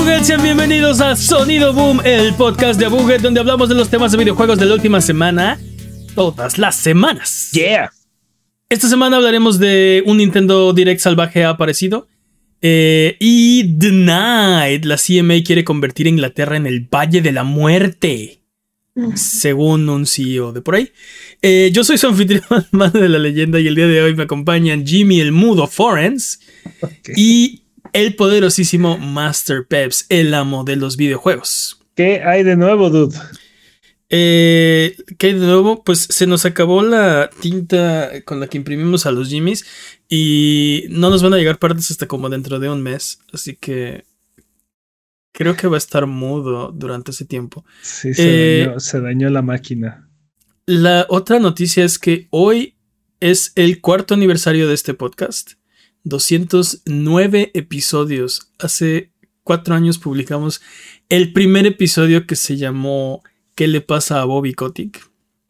Abuget, sean bienvenidos a Sonido Boom, el podcast de Abuget, donde hablamos de los temas de videojuegos de la última semana, todas las semanas. Yeah. Esta semana hablaremos de un Nintendo Direct salvaje ha aparecido y Denied, la CMA quiere convertir a Inglaterra en el Valle de la Muerte, según un CEO de por ahí. Yo soy su anfitrión, mano de la leyenda, y el día de hoy me acompañan Jimmy el Mudo Forens y el poderosísimo Master Peps, el amo de los videojuegos. ¿Qué hay de nuevo, dude? ¿Qué hay de nuevo? Pues se nos acabó la tinta con la que imprimimos a los Jimmys y no nos van a llegar partes hasta como dentro de un mes, así que creo que va a estar mudo durante ese tiempo. Sí, se dañó la máquina. La otra noticia es que hoy es el 4º aniversario de este podcast. 209 episodios. Hace 4 años publicamos el primer episodio que se llamó ¿Qué le pasa a Bobby Kotick?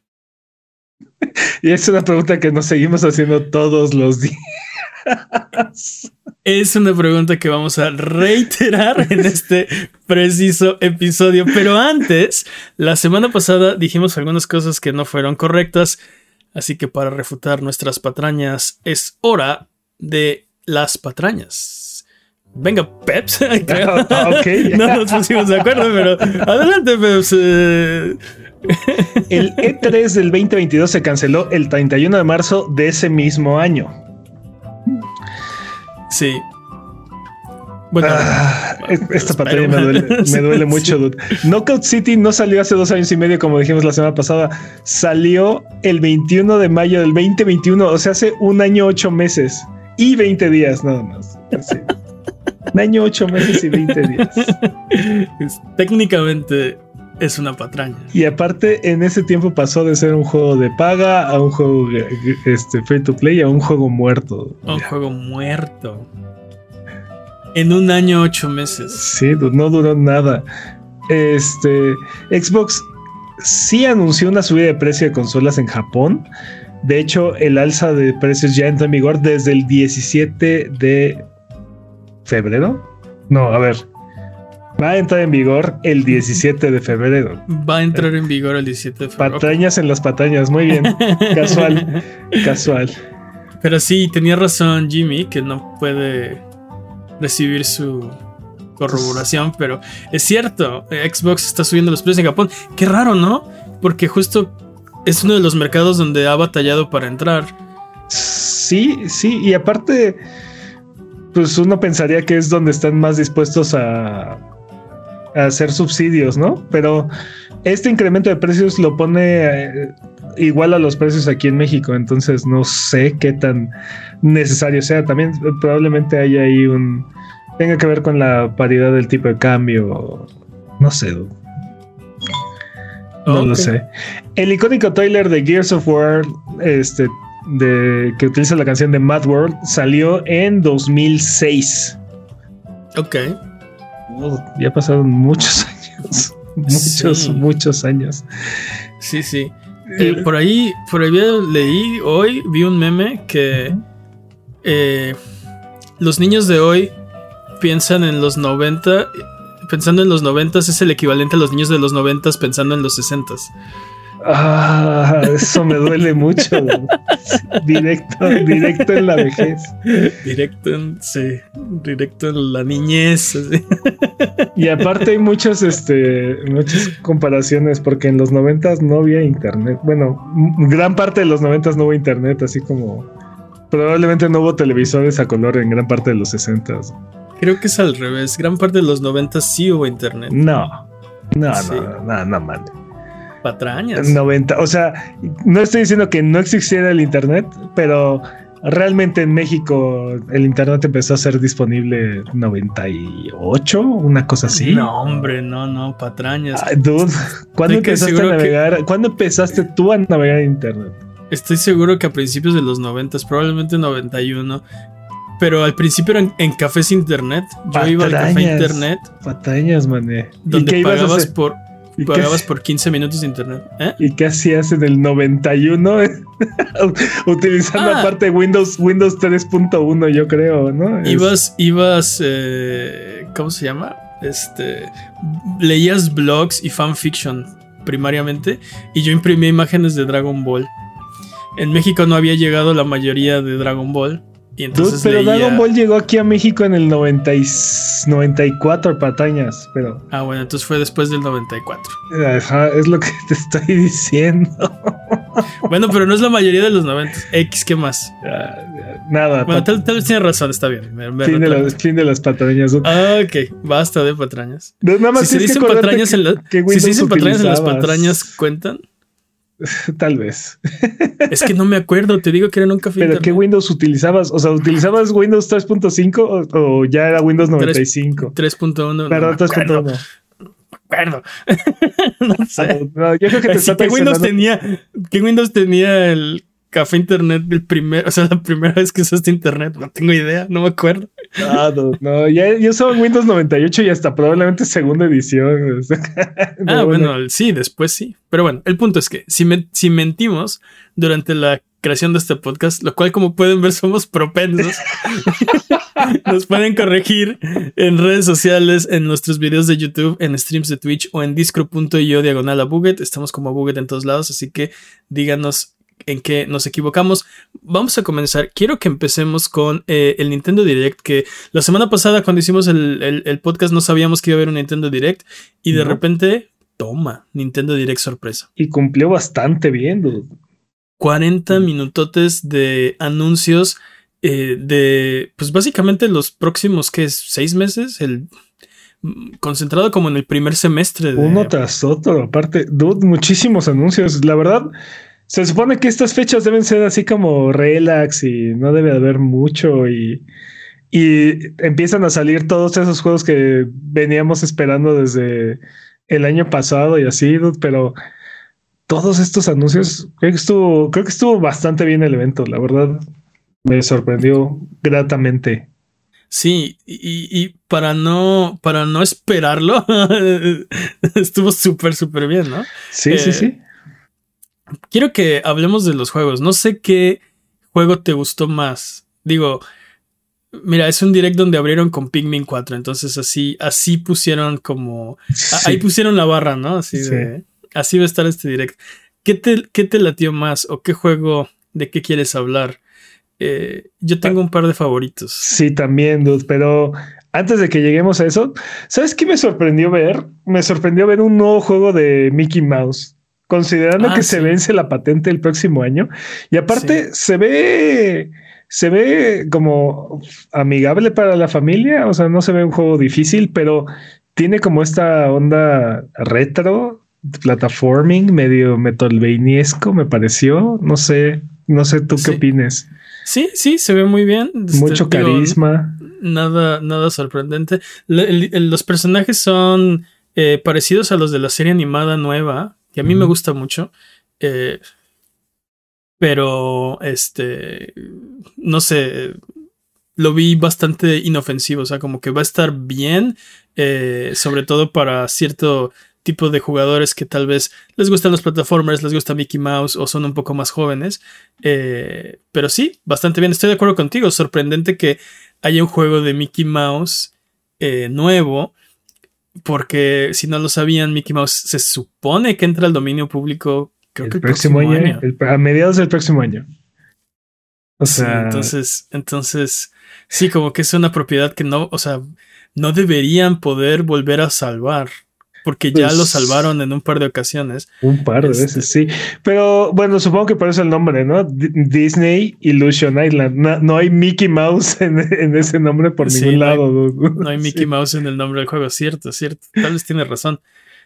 Y es una pregunta que nos seguimos haciendo todos los días. Es una pregunta que vamos a reiterar en este preciso episodio. Pero antes, la semana pasada dijimos algunas cosas que no fueron correctas. Así que para refutar nuestras patrañas es hora de las patrañas. Venga, Peps. Okay. No nos pusimos de acuerdo, pero adelante, Peps. El E3 del 2022 se canceló el 31 de marzo de ese mismo año. Sí. Bueno, esta patralla me duele mucho, dude. Knockout City no salió hace 2 años y medio, como dijimos la semana pasada. Salió el 21 de mayo del 2021, o sea, hace 1 año, 8 meses y 20 días nada más. Así. 1 año, 8 meses y 20 días. Técnicamente es una patraña. Y aparte, en ese tiempo pasó de ser un juego de paga a un juego free to play a un juego muerto. Un juego muerto. En 1 año, 8 meses. Sí, no duró nada. Xbox sí anunció una subida de precio de consolas en Japón. De hecho, el alza de precios ya entró en vigor desde el 17 de febrero. No, a ver. Va a entrar en vigor el 17 de febrero. Va a entrar en vigor el 17 de febrero. Patrañas en las patrañas, muy bien. Casual. Pero sí, tenía razón Jimmy, que no puede recibir su corroboración, pero es cierto, Xbox está subiendo los precios en Japón. Qué raro, ¿no? Porque justo es uno de los mercados donde ha batallado para entrar. Sí, y aparte, pues uno pensaría que es donde están más dispuestos a hacer subsidios, ¿no? Pero este incremento de precios lo pone igual a los precios aquí en México, entonces no sé qué tan necesario sea. También probablemente haya ahí tenga que ver con la paridad del tipo de cambio, no sé. No lo sé. El icónico trailer de Gears of War, que utiliza la canción de Mad World, salió en 2006. Ok. Ya pasaron muchos años. Muchos años. Sí. Por ahí vi un meme que los niños de hoy piensan en los 90. Pensando en los 90 es el equivalente a los niños de los 90 pensando en los 60. Eso me duele mucho. Directo en la vejez. Directo en la niñez. Así. Y aparte hay muchas comparaciones, porque en los 90 no había internet. Bueno, gran parte de los 90 no hubo internet, así como probablemente no hubo televisores a color en gran parte de los 60. Creo que es al revés. Gran parte de los 90 sí hubo internet. No, man. Patrañas. 90, o sea, no estoy diciendo que no existiera el internet, pero realmente en México el internet empezó a ser disponible 98, una cosa así. No, hombre, no, patrañas. Dude, ¿cuándo empezaste a navegar? ¿Cuándo empezaste tú a navegar en internet? Estoy seguro que a principios de los 90, probablemente 91. Pero al principio eran en cafés internet. Yo iba al café internet. Patrañas, mané. Donde pagabas por 15 minutos de internet. ¿Y qué hacías en el 91? Utilizando aparte Windows 3.1, yo creo, ¿no? Ibas, ¿cómo se llama? leías blogs y fanfiction primariamente, y yo imprimía imágenes de Dragon Ball. En México no había llegado la mayoría de Dragon Ball. Y entonces pero Dragon Ball llegó aquí a México en el 94 patañas, pero... Ah, bueno, entonces fue después del 94. Ajá, es lo que te estoy diciendo. Bueno, pero no es la mayoría de los 90. X, ¿qué más? Nada. Bueno, tal vez tienes razón, está bien. Fin de las patrañas. Ok, basta de patrañas. Nada más si se dicen patrañas en las patrañas, ¿cuentan? Tal vez. Es que no me acuerdo, te digo que era un café. ¿Pero qué Windows utilizabas? O sea, ¿utilizabas Windows 3.5 o ya era Windows 95? 3.1. Perdón, 3.1. No acuerdo. No sé. No, yo creo que te está ¿Qué Windows tenía el café internet del primer, o sea, la primera vez que usaste internet? No tengo idea, no me acuerdo. No, yo usaba Windows 98 y hasta probablemente segunda edición. Bueno, sí, después sí. Pero bueno, el punto es que si mentimos durante la creación de este podcast, lo cual, como pueden ver, somos propensos. Nos pueden corregir en redes sociales, en nuestros videos de YouTube, en streams de Twitch o en discord.io/abuget. Estamos como Abuget en todos lados, así que díganos en qué nos equivocamos. Vamos a comenzar. Quiero que empecemos con el Nintendo Direct, que la semana pasada cuando hicimos el podcast no sabíamos que iba a haber un Nintendo Direct y de repente, toma, Nintendo Direct sorpresa. Y cumplió bastante bien, dude. 40 minutotes de anuncios de, pues básicamente los próximos, ¿qué es? 6 meses, concentrado como en el primer semestre. Uno tras otro, aparte, dude, muchísimos anuncios. La verdad, se supone que estas fechas deben ser así como relax y no debe haber mucho y empiezan a salir todos esos juegos que veníamos esperando desde el año pasado y así, dude, pero todos estos anuncios, creo que estuvo bastante bien el evento, la verdad. Me sorprendió gratamente. Sí, y para no esperarlo, estuvo súper bien, ¿no? Sí, sí. Quiero que hablemos de los juegos. No sé qué juego te gustó más. Digo, mira, es un direct donde abrieron con Pikmin 4, entonces así pusieron como... Sí. Ahí pusieron la barra, ¿no? Así va a estar este direct. ¿Qué te latió más? ¿O qué juego, de qué quieres hablar? Yo tengo un par de favoritos. Sí, también, dude, pero antes de que lleguemos a eso, ¿sabes qué me sorprendió ver? Me sorprendió ver un nuevo juego de Mickey Mouse, considerando que se vence la patente el próximo año. Y aparte se ve como amigable para la familia, o sea, no se ve un juego difícil, pero tiene como esta onda retro, platforming, medio metroidvaniesco, me pareció. No sé tú qué opines. Sí, se ve muy bien. Mucho carisma. Nada sorprendente. Los personajes son parecidos a los de la serie animada nueva, que a mí me gusta mucho. Pero no sé, lo vi bastante inofensivo. O sea, como que va a estar bien, sobre todo para cierto tipo de jugadores que tal vez les gustan los platformers, les gusta Mickey Mouse o son un poco más jóvenes. Pero sí, bastante bien. Estoy de acuerdo contigo. Sorprendente que haya un juego de Mickey Mouse nuevo, porque si no lo sabían, Mickey Mouse se supone que entra al dominio público, creo que el próximo año. A mediados del próximo año. O sea, entonces sí, como que es una propiedad que no deberían poder volver a salvar. Porque ya lo salvaron en un par de ocasiones. Un par de veces, sí. Pero bueno, supongo que por eso el nombre, ¿no? Disney Illusion Island. No hay Mickey Mouse en ese nombre por ningún lado. No hay Mickey Mouse en el nombre del juego, cierto. Tal vez tiene razón.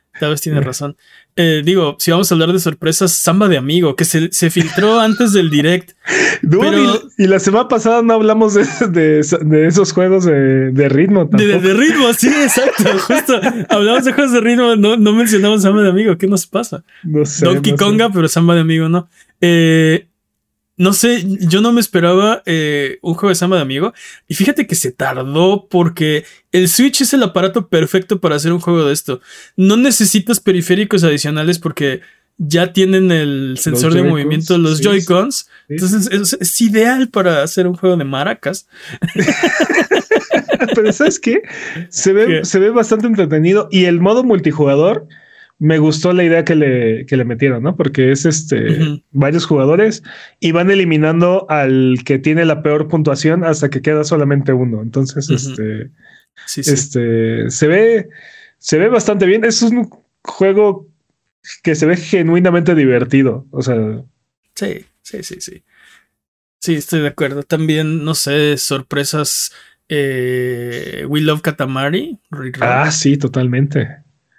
Digo, si vamos a hablar de sorpresas, Samba de Amigo, que se filtró antes del direct. Y la semana pasada no hablamos de esos juegos de ritmo tampoco. De ritmo, sí, exacto. Justo hablamos de juegos de ritmo, no mencionamos Samba de Amigo. ¿Qué nos pasa? No sé. Donkey Konga, pero Samba de Amigo no. No sé, yo no me esperaba un juego de Samba de Amigo. Y fíjate que se tardó porque el Switch es el aparato perfecto para hacer un juego de esto. No necesitas periféricos adicionales porque ya tienen el sensor de movimiento, los Joy-Cons. Sí. Entonces es ideal para hacer un juego de maracas. Pero ¿sabes qué? Se ve bastante entretenido y el modo multijugador me gustó la idea que le metieron, ¿no? Porque es varios jugadores y van eliminando al que tiene la peor puntuación hasta que queda solamente uno. Entonces, se ve bastante bien. Es un juego que se ve genuinamente divertido. O sea, sí. Sí, estoy de acuerdo. También, no sé, sorpresas. We Love Katamari. Sí, totalmente.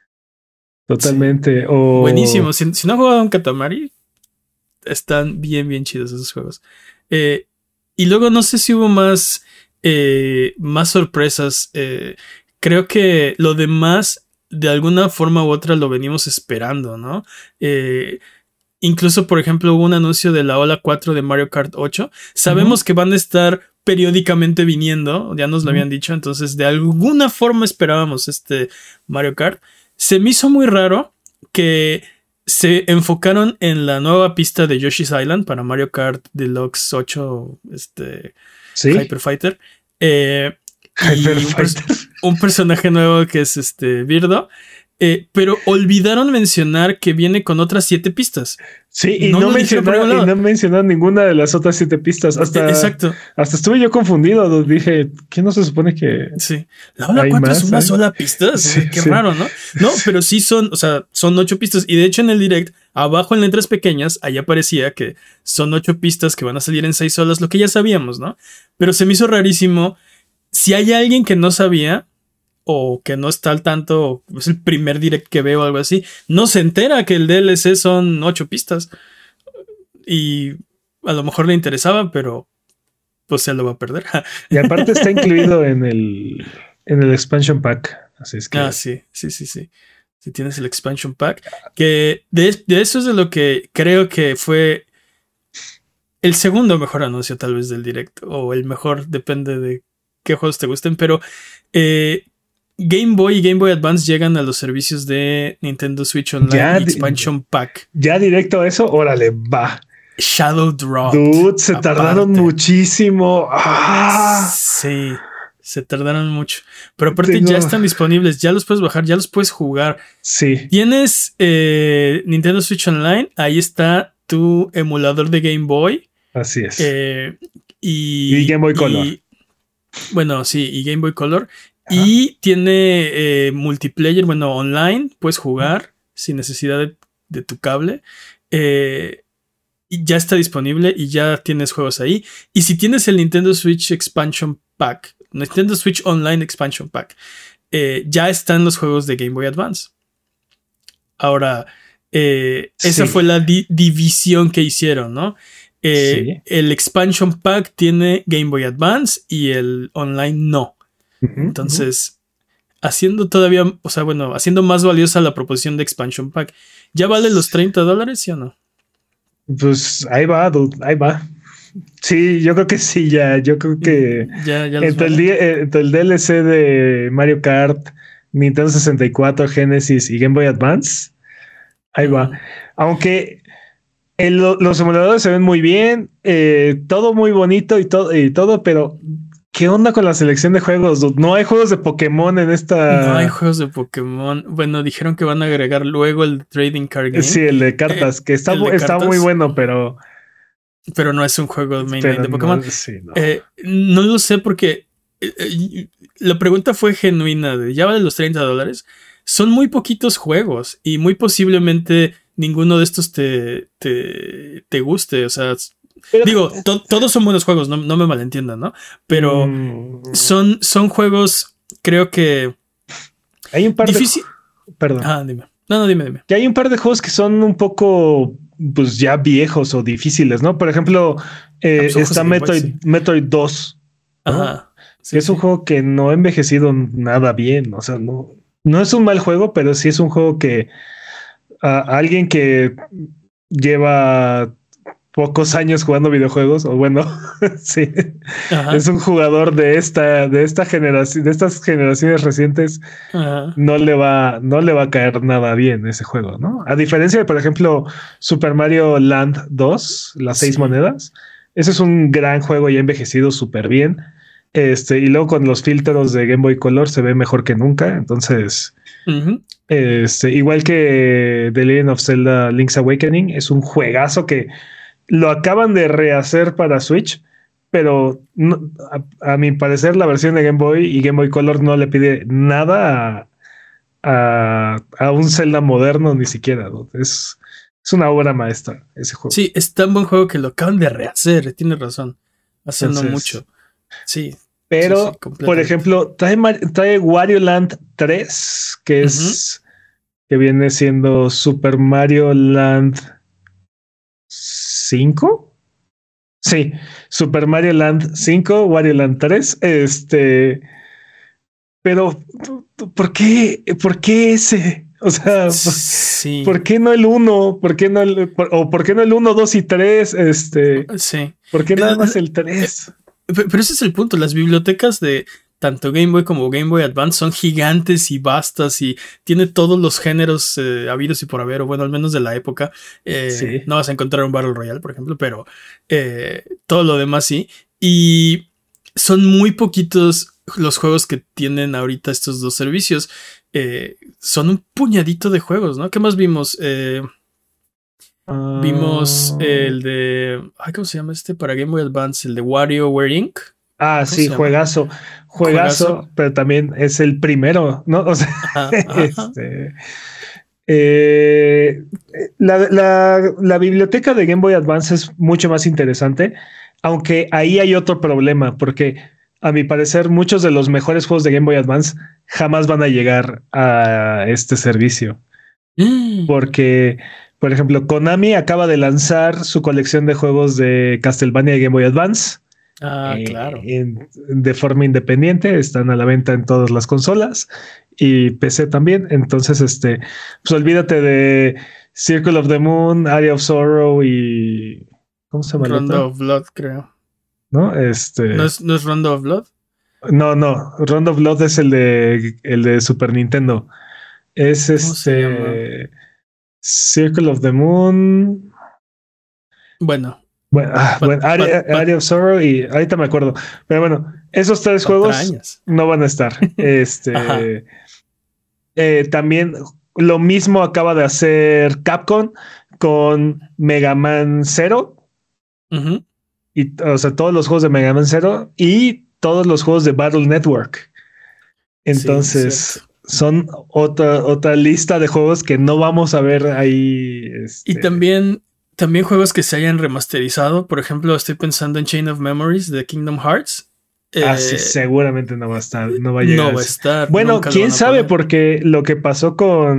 Sí. Buenísimo. Si no han jugado un Katamari, están bien chidos esos juegos. Y luego no sé si hubo más sorpresas. Creo que lo demás, de alguna forma u otra, lo venimos esperando, ¿no? Incluso, por ejemplo, hubo un anuncio de la Ola 4 de Mario Kart 8. Sabemos que van a estar periódicamente viniendo, ya nos lo habían dicho, entonces de alguna forma esperábamos Mario Kart. Se me hizo muy raro que se enfocaron en la nueva pista de Yoshi's Island para Mario Kart Deluxe 8, Hyper Fighter. Un personaje nuevo que es Birdo. Pero olvidaron mencionar que viene con otras 7 pistas. Sí, y no mencionaron ninguna de las otras 7 pistas. Exacto. Hasta estuve yo confundido. Dije, ¿qué no se supone que...? Sí. La Ola 4 es una sola pista. Sí, qué raro, ¿no? No, pero sí son 8 pistas. Y de hecho en el direct, abajo en letras pequeñas, ahí aparecía que son 8 pistas que van a salir en 6 olas, lo que ya sabíamos, ¿no? Pero se me hizo rarísimo. Si hay alguien que no sabía... o que no está al tanto, es el primer direct que veo o algo así, no se entera que el DLC son 8 pistas. Y a lo mejor le interesaba, pero pues se lo va a perder. Y aparte está incluido en el expansion pack. Así es que... sí. Si tienes el expansion pack, que de eso es de lo que creo que fue el segundo mejor anuncio tal vez del direct, o el mejor, depende de qué juegos te gusten, pero Game Boy y Game Boy Advance llegan a los servicios de Nintendo Switch Online Expansion Pack. Ya directo a eso, órale, va. Shadow Drop. Dude, se tardaron muchísimo. Sí, se tardaron mucho. Pero aparte ya están disponibles, ya los puedes bajar, ya los puedes jugar. Sí. Tienes Nintendo Switch Online, ahí está tu emulador de Game Boy. Así es. Y Game Boy Color. Y Game Boy Color. Y tiene multiplayer, online, puedes jugar sin necesidad de tu cable. Y ya está disponible y ya tienes juegos ahí. Y si tienes el Nintendo Switch Expansion Pack, Nintendo Switch Online Expansion Pack, ya están los juegos de Game Boy Advance. Ahora, esa fue la división que hicieron, ¿no? El Expansion Pack tiene Game Boy Advance y el Online no. Entonces, haciendo más valiosa la proposición de Expansion Pack. ¿Ya vale los $30, sí o no? Pues ahí va, dude, ahí va. Sí, yo creo que sí, ya. Yo creo que entre el DLC de Mario Kart, Nintendo 64, Genesis y Game Boy Advance, ahí va. Aunque los emuladores se ven muy bien, todo muy bonito y todo, pero... ¿qué onda con la selección de juegos? No hay juegos de Pokémon en esta... No hay juegos de Pokémon. Bueno, dijeron que van a agregar luego el Trading Card Game. Sí, el de cartas, que está muy bueno, pero... Pero no es un juego main de Pokémon. No lo sé porque la pregunta fue genuina. ¿Ya vale los $30? Son muy poquitos juegos y muy posiblemente ninguno de estos te guste. O sea... digo, todos son buenos juegos, no me malentiendan, ¿no? Pero son juegos, creo que... hay un par difícil. Perdón. Dime. No, dime. Que hay un par de juegos que son un poco, pues ya viejos o difíciles, ¿no? Por ejemplo, está Metroid 2. ¿no? Ajá. Sí, es un juego que no ha envejecido nada bien. O sea, no es un mal juego, pero sí es un juego que alguien que lleva pocos años jugando videojuegos, o bueno, sí, Ajá. es un jugador de esta generación, de estas generaciones recientes, Ajá. no le va a caer nada bien ese juego, ¿no? A diferencia de, por ejemplo, Super Mario Land 2, las seis Sí. monedas, ese es un gran juego y ha envejecido súper bien. Y luego con los filtros de Game Boy Color se ve mejor que nunca. Entonces, Ujú. igual que The Legend of Zelda Link's Awakening, es un juegazo que lo acaban de rehacer para Switch, pero a mi parecer la versión de Game Boy y Game Boy Color no le pide nada a un Zelda moderno ni siquiera, ¿no? Es una obra maestra ese juego. Sí, es tan buen juego que lo acaban de rehacer, tienes razón. Hace no Entonces, mucho. Sí, sí, sí, pero, por completamente. ejemplo, trae Wario Land 3, Ujú. que viene siendo Super Mario Land 5. Sí, Super Mario Land 5, Wario Land 3. Pero, ¿por qué ese? O sea, Sí, ¿por qué no el uno? ¿Por qué no o por qué no el uno, 2 y 3? sí. ¿Por qué nada más El- el 3? Pero ese es el punto. Las bibliotecas de tanto Game Boy como Game Boy Advance son gigantes y vastas y tiene todos los géneros habidos y por haber, o bueno, al menos de la época. Sí. No vas a encontrar un Battle Royale, por ejemplo, pero todo lo demás sí. Y son muy poquitos los juegos que tienen ahorita estos dos servicios. Son un puñadito de juegos, ¿no? ¿Qué más vimos? Vimos Ah, el de. Ay, ¿cómo se llama este? Para Game Boy Advance, el de WarioWare Inc. ¿Cómo sí, se llama? juegazo, Juegazo. juegazo, pero también es el primero, ¿no? O sea, Ajá, ajá, ajá. este, eh, la biblioteca de Game Boy Advance es mucho más interesante, aunque ahí hay otro problema, porque a mi parecer muchos de los mejores juegos de Game Boy Advance jamás van a llegar a este servicio, Mm. porque, por ejemplo, Konami acaba de lanzar su colección de juegos de Castlevania de Game Boy Advance Ah, claro. de forma independiente, están a la venta en todas las consolas y PC también. Entonces, pues olvídate de Circle of the Moon, Area of Sorrow y ¿cómo se llama el Rondo otro? of Blood, creo. ¿No? ¿No es Rondo of Blood? No, Round of Blood es el de Super Nintendo. Es ¿Cómo se llama? Circle of the Moon. Bueno, Bueno, Area of Sorrow y ahorita me acuerdo. Pero bueno, esos tres juegos patrañas. no van a estar. Ajá. También lo mismo acaba de hacer Capcom con Mega Man Zero Ujú. y, o sea, todos los juegos de Mega Man Zero y todos los juegos de Battle Network. Sí, es cierto. Entonces, son otra lista de juegos que no vamos a ver ahí. Y también juegos que se hayan remasterizado. Por ejemplo, estoy pensando en Chain of Memories de Kingdom Hearts. Sí, Eh, seguramente no va a estar, no va a llegar no va a así. estar, Bueno, nunca lo quién van a sabe, poner. porque lo que pasó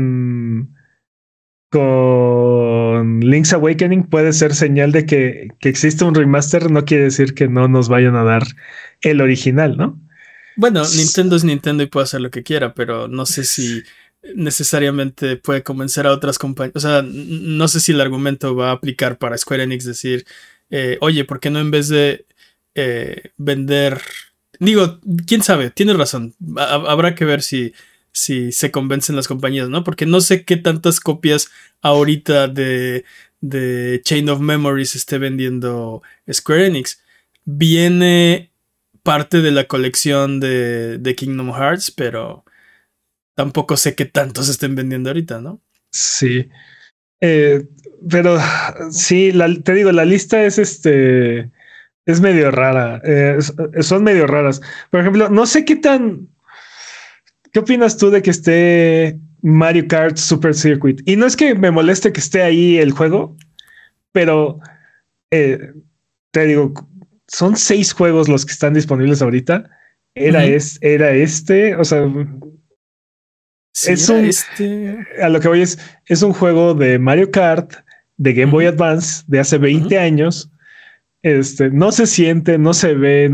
con Link's Awakening puede ser señal de que existe un remaster, no quiere decir que no nos vayan a dar el original, ¿no? Bueno, S- Nintendo es Nintendo y puede hacer lo que quiera, pero no sé si necesariamente puede convencer a otras compañías. O sea, no sé si el argumento va a aplicar para Square Enix decir, oye, ¿por qué no en vez de vender... Digo, quién sabe, tienes razón. Habrá que ver si se convencen las compañías, ¿no? Porque no sé qué tantas copias ahorita de Chain of Memories esté vendiendo Square Enix. Viene parte de la colección de Kingdom Hearts, pero tampoco sé qué tantos estén vendiendo ahorita, ¿no? Sí, Eh, pero sí, te digo, la lista es medio rara, son medio raras. Por ejemplo, no sé ¿qué opinas tú de que esté Mario Kart Super Circuit? Y no es que me moleste que esté ahí el juego, pero eh, te digo, son 6 juegos los que están disponibles ahorita. Ujú. Era o sea, Sí, es era un, este. a lo que voy es un juego de Mario Kart de Game Boy Ujú, Advance de hace 20 ujú. años. No se siente, no se ve,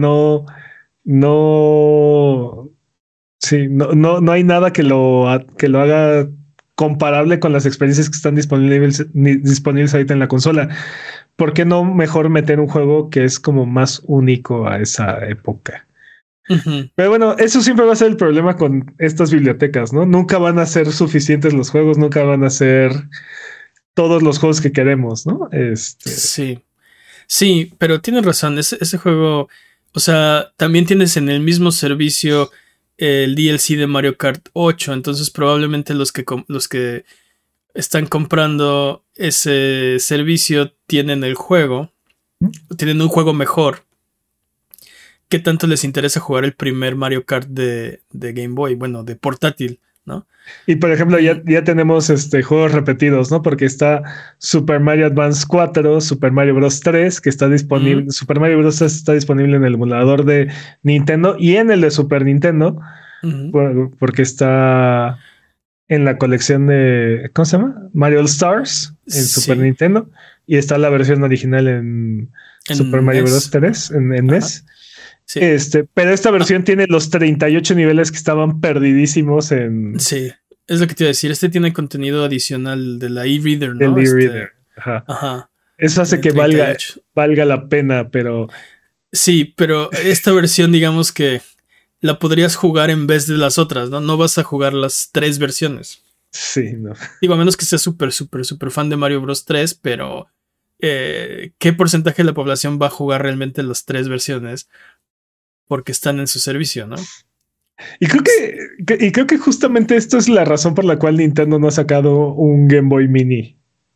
no, sí, no hay nada que lo haga comparable con las experiencias que están disponibles ahorita en la consola. ¿por qué no mejor meter un juego que es como más único a esa época? Pero bueno, eso siempre va a ser el problema con estas bibliotecas, ¿no? Nunca van a ser suficientes los juegos, nunca van a ser todos los juegos que queremos, ¿no? Sí, pero tienes razón, ese juego, o sea, también tienes en el mismo servicio el DLC de Mario Kart 8, entonces probablemente los que están comprando ese servicio tienen el juego, tienen un juego mejor. ¿Qué tanto les interesa jugar el primer Mario Kart de Game Boy? Bueno, de portátil, ¿no? Y por ejemplo, ya tenemos juegos repetidos, ¿no? Porque está Super Mario Advance 4, Super Mario Bros. 3, que está disponible. Super Mario Bros. 3 está disponible en el emulador de Nintendo y en el de Super Nintendo, porque está en la colección de, ¿cómo se llama? Mario All Stars en Super Nintendo, y está la versión original en Super Mario Bros. 3 en NES. Sí. Pero esta versión tiene los 38 niveles que estaban perdidísimos en... Sí, es lo que te iba a decir. Tiene contenido adicional de la e-reader, ¿no? El e-reader. Ajá. Eso hace que valga la pena, pero... Sí, pero esta versión, digamos que la podrías jugar en vez de las otras, ¿no? No vas a jugar las 3 versiones. Sí, no. Digo, a menos que seas súper fan de Mario Bros. 3, pero... ¿qué porcentaje de la población va a jugar realmente las 3 versiones? Porque están en su servicio, ¿no? Y creo que justamente esto es la razón por la cual Nintendo no ha sacado un Game Boy Mini.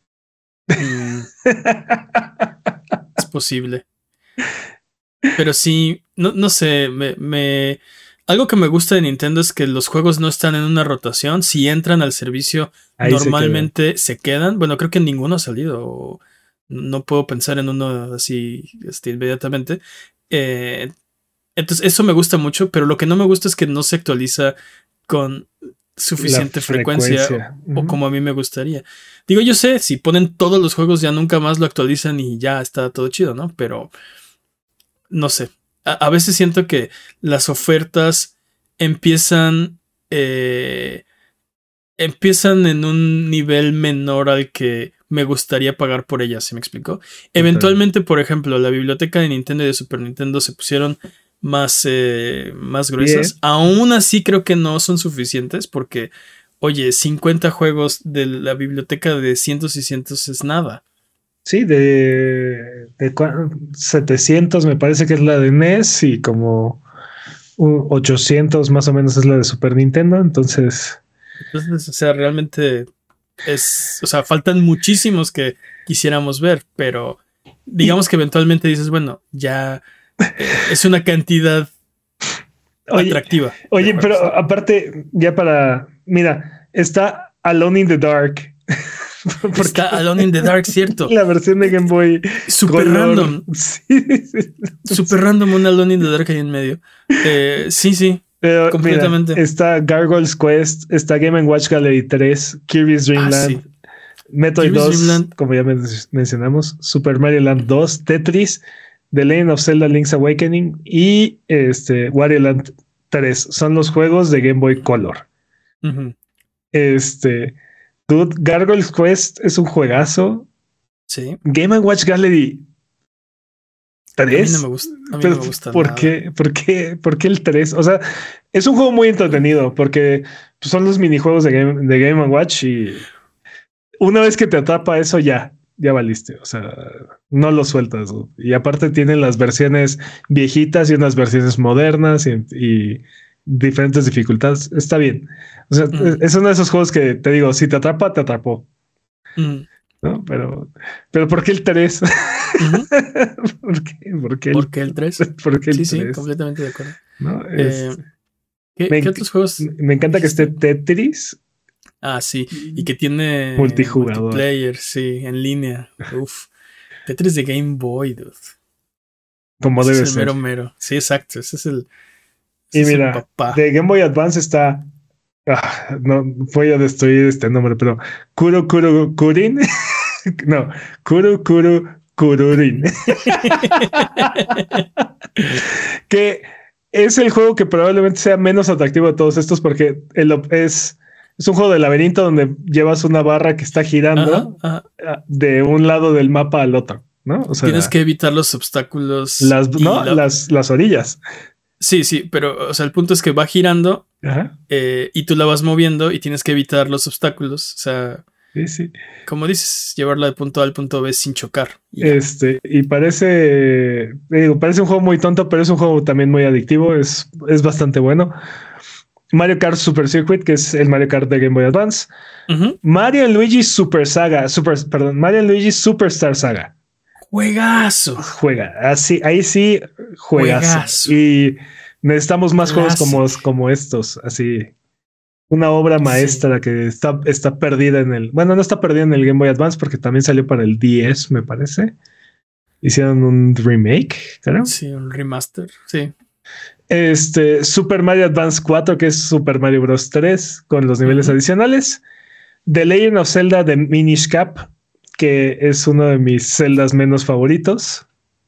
Es posible. Pero sí, no sé, algo que me gusta de Nintendo es que los juegos no están en una rotación. Si entran al servicio, ahí normalmente se quedan. Bueno, creo que ninguno ha salido. No puedo pensar en uno así inmediatamente. Entonces eso me gusta mucho, pero lo que no me gusta es que no se actualiza con suficiente frecuencia o como a mí me gustaría. Digo, yo sé, si ponen todos los juegos ya nunca más lo actualizan y ya está todo chido, ¿no? Pero no sé. A veces siento que las ofertas empiezan en un nivel menor al que me gustaría pagar por ellas, ¿se me explicó? Eventualmente, por ejemplo, la biblioteca de Nintendo y de Super Nintendo se pusieron más gruesas. Bien. Aún así creo que no son suficientes porque, oye, 50 juegos de la biblioteca de cientos y cientos es nada. Sí, de 700 me parece que es la de NES y como 800 más o menos es la de Super Nintendo, entonces, o sea, realmente faltan muchísimos que quisiéramos ver, pero digamos que eventualmente dices, bueno, ya es una cantidad atractiva. Oye, pero aparte, mira, está Alone in the Dark. Está Alone in the Dark, cierto. La versión de Game Boy. Super random. Sí. Super random, un Alone in the Dark ahí en medio. Sí. Pero completamente. Mira, está Gargoyle's Quest, está Game & Watch Gallery 3, Kirby's Dream Land, sí. Metroid 2, como ya mencionamos, Super Mario Land 2, Tetris, The Legend of Zelda Link's Awakening y Wario Land 3. Son los juegos de Game Boy Color. Dude, Gargoyle's Quest es un juegazo. Sí. Game & Watch Gallery 3. A mí no me gusta. A mí no me gusta ¿Por qué el 3? O sea, es un juego muy entretenido porque son los minijuegos de Game & Watch y una vez que te atrapa eso ya valiste. O sea, no lo sueltas. Y aparte tienen las versiones viejitas y unas versiones modernas y diferentes dificultades. Está bien. O sea, es uno de esos juegos que te digo, si te atrapa, te atrapó. ¿No? Pero ¿por qué el 3? ¿Por qué el 3? ¿Por qué el 3? Sí, completamente de acuerdo. ¿No? ¿Qué otros juegos? Me encanta que esté Tetris. Ah, sí. Y que tiene multijugador. Multiplayer, sí, en línea. Uf. Tetris de Game Boy, dude. Como ese debe es el ser. mero. Sí, exacto. Ese es el. Y mira, de Game Boy Advance está. No voy a destruir este nombre, pero Kururin. No, Kururin. Que es el juego que probablemente sea menos atractivo de todos estos porque es un juego de laberinto donde llevas una barra que está girando de un lado del mapa al otro. ¿no? O sea, tienes que evitar los obstáculos. Las orillas. Sí, pero, o sea, el punto es que va girando. Ajá. Y tú la vas moviendo y tienes que evitar los obstáculos. O sea, Sí. como dices, llevarla de punto A al punto B sin chocar. Y parece un juego muy tonto, pero es un juego también muy adictivo. Es bastante bueno. Mario Kart Super Circuit, que es el Mario Kart de Game Boy Advance. Mario Luigi Super Saga. Mario Luigi Superstar Saga. Juegazo. Ahí sí, juegazo. Y necesitamos más juegos como estos, así. Una obra maestra que está perdida en el... Bueno, no está perdida en el Game Boy Advance porque también salió para el 10, me parece. Hicieron un remake, creo. Sí, un remaster, sí. Super Mario Advance 4, que es Super Mario Bros. 3, con los niveles adicionales. The Legend of Zelda de Minish Cap, que es uno de mis Zeldas menos favoritos.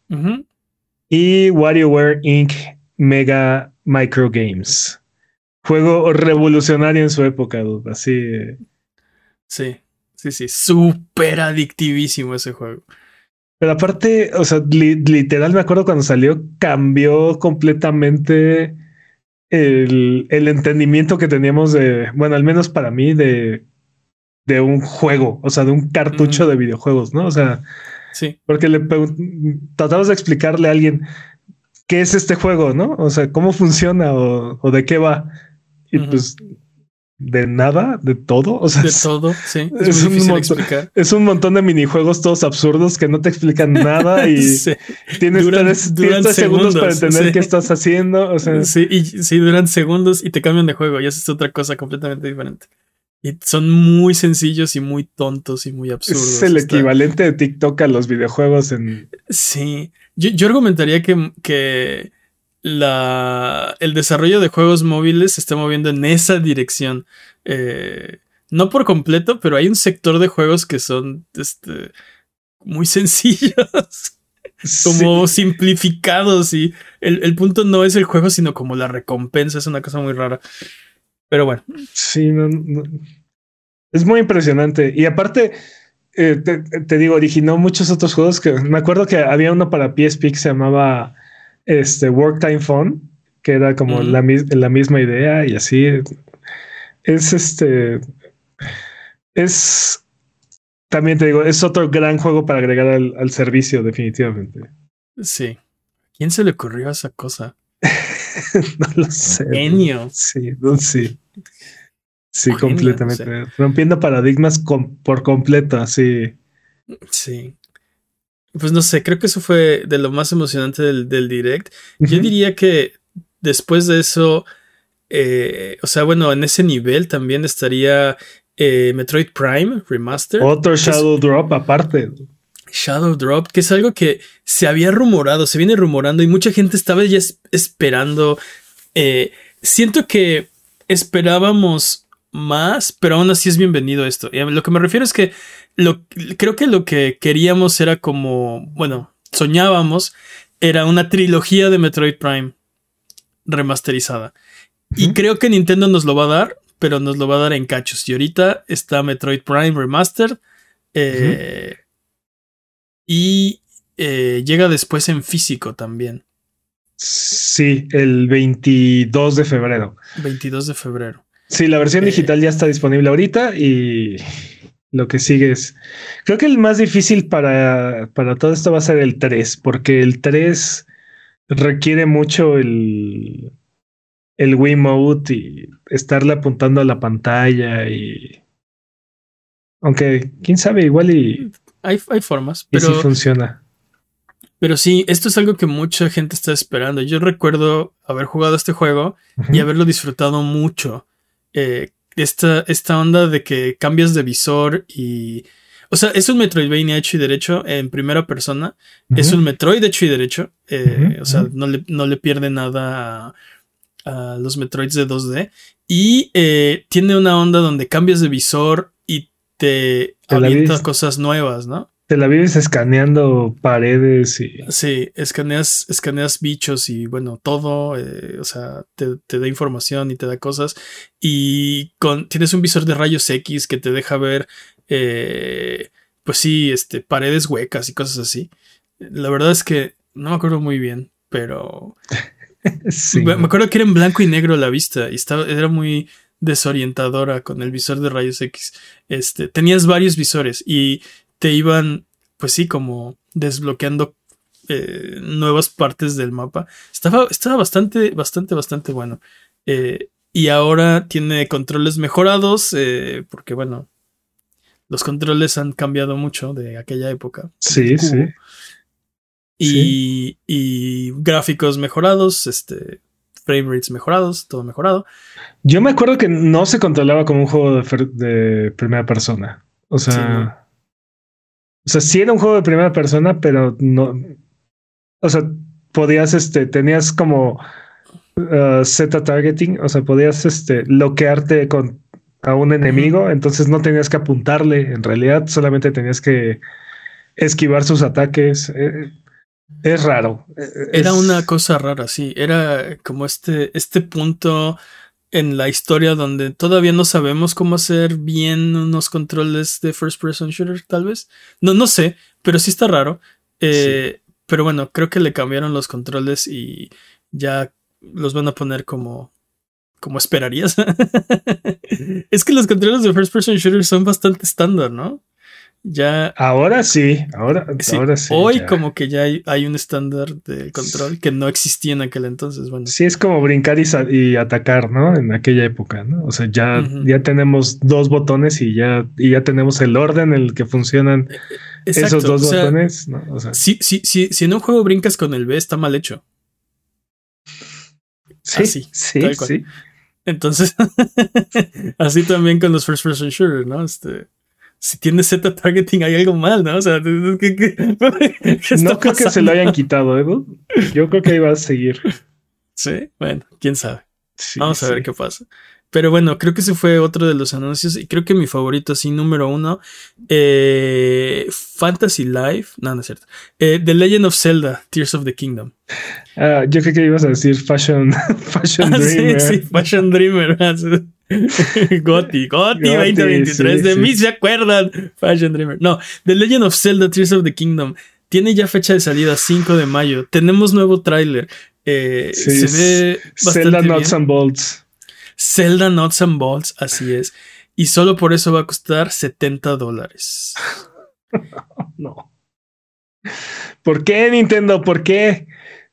Y WarioWare Inc. Mega Micro Games. Juego revolucionario en su época, dude. Así. Sí. Súper adictivísimo ese juego. Pero aparte, o sea, literal me acuerdo cuando salió, cambió completamente el entendimiento que teníamos bueno, al menos para mí, de un juego, o sea, de un cartucho de videojuegos, ¿no? O sea, sí. Porque tratamos de explicarle a alguien qué es este juego, ¿no? O sea, cómo funciona o de qué va. Y pues de nada, de todo. O sea, de todo, sí. Es muy difícil explicar. Es un montón de minijuegos todos absurdos que no te explican nada y tienes 3 segundos para entender qué estás haciendo. O sea, sí, duran segundos y te cambian de juego y haces otra cosa completamente diferente. Y son muy sencillos y muy tontos y muy absurdos. Es el equivalente de TikTok a los videojuegos en... Sí. Yo argumentaría que el desarrollo de juegos móviles se está moviendo en esa dirección. No por completo, pero hay un sector de juegos que son muy sencillos. Como simplificados. Y el punto no es el juego, sino como la recompensa. Es una cosa muy rara. Pero bueno. Sí, no. Es muy impresionante. Y aparte, te digo, originó muchos otros juegos que me acuerdo que había uno para PSP que se llamaba Work Time Fun, que era como la misma idea y así. También te digo, es otro gran juego para agregar al servicio, definitivamente. Sí. ¿Quién se le ocurrió esa cosa? No lo sé. Genio. Sí, sí. Sí, completamente. No sé. Rompiendo paradigmas por completo, así. Sí. Pues no sé, creo que eso fue de lo más emocionante del Direct. Yo diría que después de eso, o sea, bueno, en ese nivel también estaría Metroid Prime Remastered. Otro Shadow Drop aparte. Shadow Drop, que es algo que se había rumorado, se viene rumorando y mucha gente estaba ya esperando. Siento que esperábamos más, pero aún así es bienvenido esto. Y a lo que me refiero es que creo que lo que queríamos era como, bueno, soñábamos, era una trilogía de Metroid Prime remasterizada. Y creo que Nintendo nos lo va a dar, pero nos lo va a dar en cachos. Y ahorita está Metroid Prime Remastered. Y llega después en físico también. Sí, el 22 de febrero. 22 de febrero. Sí, la versión digital ya está disponible ahorita y lo que sigue es... Creo que el más difícil para todo esto va a ser el 3, porque el 3 requiere mucho el Wiimote y estarle apuntando a la pantalla y... Aunque, quién sabe, igual y... Hay formas, pero... Y sí funciona. Pero sí, esto es algo que mucha gente está esperando. Yo haber jugado este juego y haberlo disfrutado mucho. Esta onda de que cambias de visor y... O sea, es un Metroidvania hecho y derecho en primera persona. Es un Metroid hecho y derecho. O sea, no le pierde nada a los Metroids de 2D. Y tiene una onda donde cambias de visor y te avienta cosas nuevas, ¿no? Te la vives escaneando paredes y... Sí, escaneas bichos y bueno, todo, o sea, te da información y te da cosas. Y tienes un visor de rayos X que te deja ver pues sí, paredes huecas y cosas así. La verdad es que no me acuerdo muy bien, pero Sí, me acuerdo que era en blanco y negro la vista y era muy desorientadora con el visor de rayos X. Tenías varios visores y te iban, pues sí, como desbloqueando nuevas partes del mapa. Estaba bastante bueno. Y ahora tiene controles mejorados, porque bueno, los controles han cambiado mucho de aquella época. sí, sí. Y gráficos mejorados, frame rates mejorados, todo mejorado. Yo me acuerdo que no se controlaba como un juego de primera persona. O sea, Sí, ¿no? Sí era un juego de primera persona, pero no. O sea, podías, tenías como Z targeting, o sea, podías bloquearte a un enemigo, entonces no tenías que apuntarle, en realidad solamente tenías que esquivar sus ataques. Es raro. Era una cosa rara, sí. Era como este punto en la historia donde todavía no sabemos cómo hacer bien unos controles de first person shooter, tal vez. No sé, pero sí está raro. Sí. Pero bueno, creo que le cambiaron los controles y ya los van a poner como esperarías. Es que los controles de first person shooter son bastante estándar, ¿no? Ya. Ahora sí, Sí, ahora sí. hoy Ya. como que ya hay un estándar de control que no existía en aquel entonces. Bueno. Sí, es como brincar y atacar, ¿no? En aquella época, ¿no? O sea, Uh-huh. ya tenemos dos botones y ya tenemos el orden en el que funcionan esos Exacto. dos O sea, botones, ¿no? O sea, si en un juego brincas con el B está mal hecho. sí, Así, sí, tal cual. sí. Entonces, así también con los first person shooters, ¿no? Si tienes Z targeting hay algo mal, ¿no? O sea, ¿qué está No creo que se lo pasando? hayan quitado, Edu. Yo creo que ahí va a seguir. Sí, bueno, quién sabe. Sí, Vamos a ver sí. qué pasa. Pero bueno, creo que ese fue otro de los anuncios. Y creo que mi favorito, así, número uno. Fantasy Life. No es cierto. The Legend of Zelda, Tears of the Kingdom. Yo creo que ibas a decir Fashion Sí, sí, Dreamer. Fashion Dreamer. Goti Gotti, 2023. sí, De sí. mí se acuerdan. Fashion Dreamer. No, The Legend of Zelda, Tears of the Kingdom. Tiene ya fecha de salida, 5 de mayo. Tenemos nuevo tráiler. Sí, Se ve Zelda bastante Nuts bien. and Bolts. Zelda Nuts and Bolts, así es. Y solo por eso va a costar $70. No. ¿Por qué, Nintendo? ¿Por qué?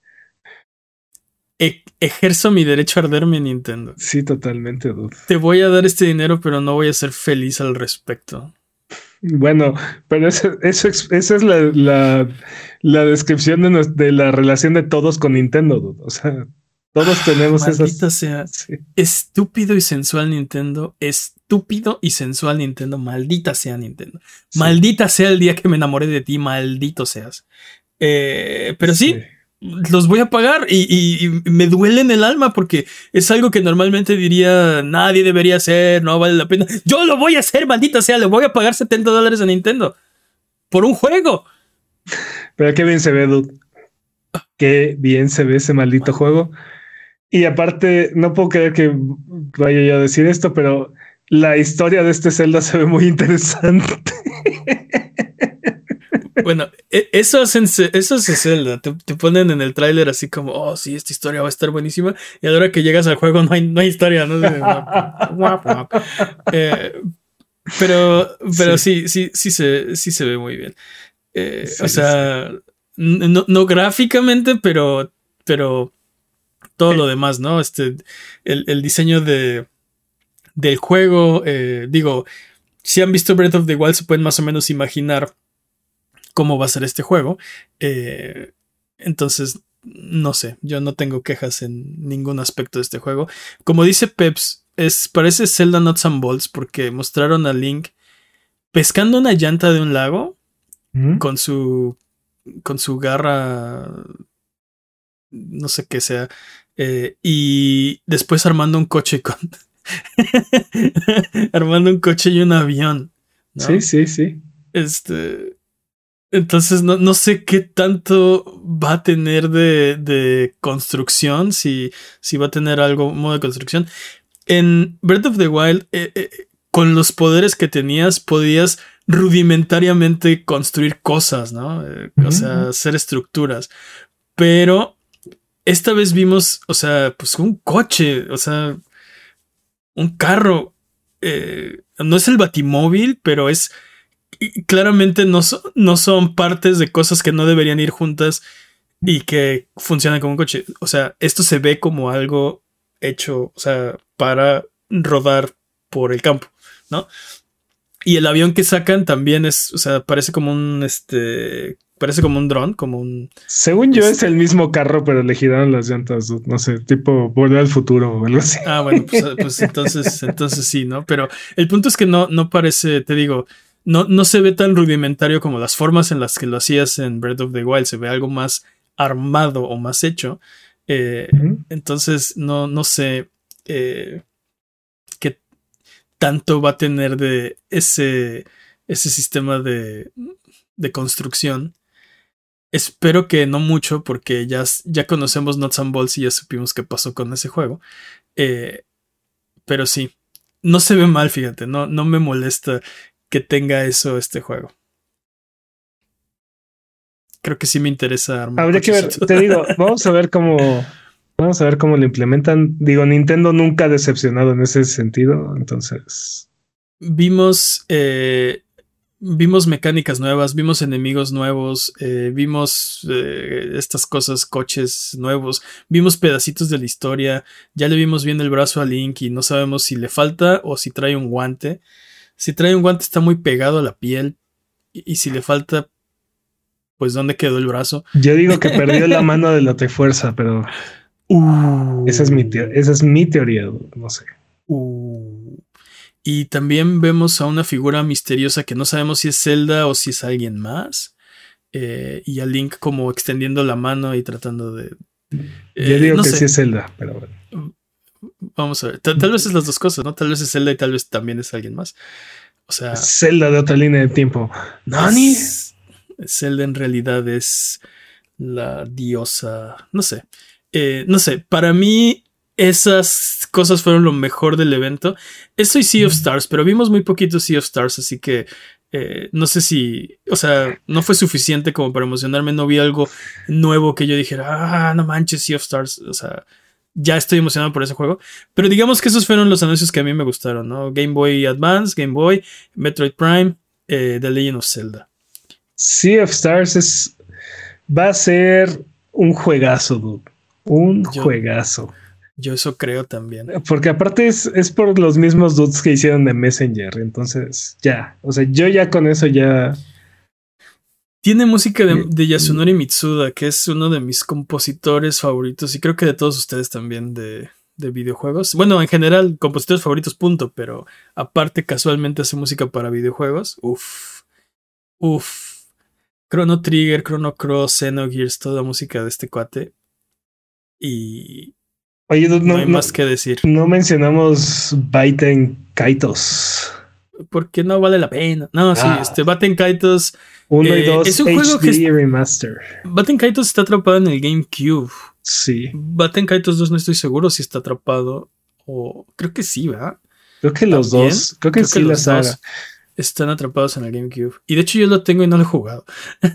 Ejerzo mi derecho a arderme, Nintendo. Sí, totalmente, dude. Te voy a dar este dinero, pero no voy a ser feliz al respecto. Bueno, pero esa es la descripción de la relación de todos con Nintendo, dude. O sea, todos tenemos Maldita esas. sea. Sí. Estúpido y sensual Nintendo. Estúpido y sensual Nintendo. Maldita sea Nintendo. Sí. Maldita sea el día que me enamoré de ti. Maldito seas. Pero sí, los voy a pagar y me duele en el alma porque es algo que normalmente diría nadie debería hacer, no vale la pena. Yo lo voy a hacer, maldita sea, le voy a pagar $70 a Nintendo por un juego. Pero qué bien se ve, dude. Qué bien se ve ese maldito juego. Y aparte, no puedo creer que vaya yo a decir esto, pero la historia de este Zelda se ve muy interesante. Bueno, eso hace Zelda. Te ponen en el tráiler así como, oh, sí, esta historia va a estar buenísima. Y a la hora que llegas al juego no hay historia. ¿No? Pero sí se ve muy bien. Sí, O sea, no gráficamente, pero todo lo demás, ¿no? El diseño del juego, digo, si han visto Breath of the Wild se pueden más o menos imaginar cómo va a ser este juego. Entonces, no sé, yo no tengo quejas en ningún aspecto de este juego. Como dice Peps, parece Zelda Nuts and Bolts porque mostraron a Link pescando una llanta de un lago con su garra, no sé qué sea, y después armando un coche armando un coche y un avión, ¿no? Sí. Entonces no sé qué tanto va a tener de construcción, si va a tener algo modo de construcción. En Breath of the Wild, con los poderes que tenías, podías rudimentariamente construir cosas, ¿no? O sea, hacer estructuras. Pero esta vez vimos, o sea, pues un coche, o sea, un carro. No es el Batimóvil, pero es claramente no son partes de cosas que no deberían ir juntas y que funcionan como un coche. O sea, esto se ve como algo hecho, o sea, para rodar por el campo, ¿no? Y el avión que sacan también es, o sea, parece como un dron, como un... Según yo es el mismo carro, pero le giraron las llantas, no sé, tipo Volver al Futuro o algo así. Ah, bueno, pues entonces sí, ¿no? Pero el punto es que no parece, te digo, no se ve tan rudimentario como las formas en las que lo hacías en Breath of the Wild. Se ve algo más armado o más hecho. Entonces, no sé qué tanto va a tener de ese sistema de construcción. Espero que no mucho, porque ya conocemos Nuts and Bolts y ya supimos qué pasó con ese juego. Pero sí, no se ve mal, fíjate, no me molesta que tenga eso este juego. Creo que sí me interesa armar. Habría que ver, te digo, vamos a ver cómo lo implementan. Digo, Nintendo nunca ha decepcionado en ese sentido, entonces... Vimos mecánicas nuevas, vimos enemigos nuevos, vimos estas cosas, coches nuevos, vimos pedacitos de la historia, ya le vimos bien el brazo a Link y no sabemos si le falta o si trae un guante. Si trae un guante está muy pegado a la piel y si le falta, pues ¿dónde quedó el brazo? Yo digo que perdió la mano de la Trifuerza, pero esa es mi teoría, no sé. Y también vemos a una figura misteriosa que no sabemos si es Zelda o si es alguien más. Y a Link como extendiendo la mano y tratando de... Yo digo que sí es Zelda, pero bueno. Vamos a ver. Tal vez es las dos cosas, ¿no? Tal vez es Zelda y tal vez también es alguien más. O sea... Zelda de otra línea de tiempo. ¿Nani? Zelda en realidad es la diosa... No sé. No sé. Para mí... Esas cosas fueron lo mejor del evento. Eso y Sea of Stars, pero vimos muy poquito Sea of Stars, así que no sé si, o sea, no fue suficiente como para emocionarme. No vi algo nuevo que yo dijera, no manches, Sea of Stars. O sea, ya estoy emocionado por ese juego. Pero digamos que esos fueron los anuncios que a mí me gustaron, ¿no? Game Boy Advance, Game Boy, Metroid Prime, The Legend of Zelda. Sea of Stars va a ser un juegazo, dude. Un juegazo. Yo eso creo también. Porque aparte es por los mismos dudes que hicieron de Messenger. Entonces, ya. O sea, yo ya con eso ya... Tiene música de Yasunori Mitsuda, que es uno de mis compositores favoritos. Y creo que de todos ustedes también de videojuegos. Bueno, en general, compositores favoritos, punto. Pero aparte, casualmente hace música para videojuegos. Uf. Chrono Trigger, Chrono Cross, Xenogears, toda música de este cuate. Y... Oye, no hay más que decir. No mencionamos Baten Kaitos. Porque no vale la pena. No, sí, Baten Kaitos 1 y 2 es un HD juego que Remaster. Baten Kaitos está atrapado en el GameCube. Sí. Baten Kaitos 2 no estoy seguro si está atrapado. O creo que sí, ¿verdad? Creo que los dos. Creo que sí, la saga. Están atrapados en el GameCube. Y de hecho yo lo tengo y no lo he jugado.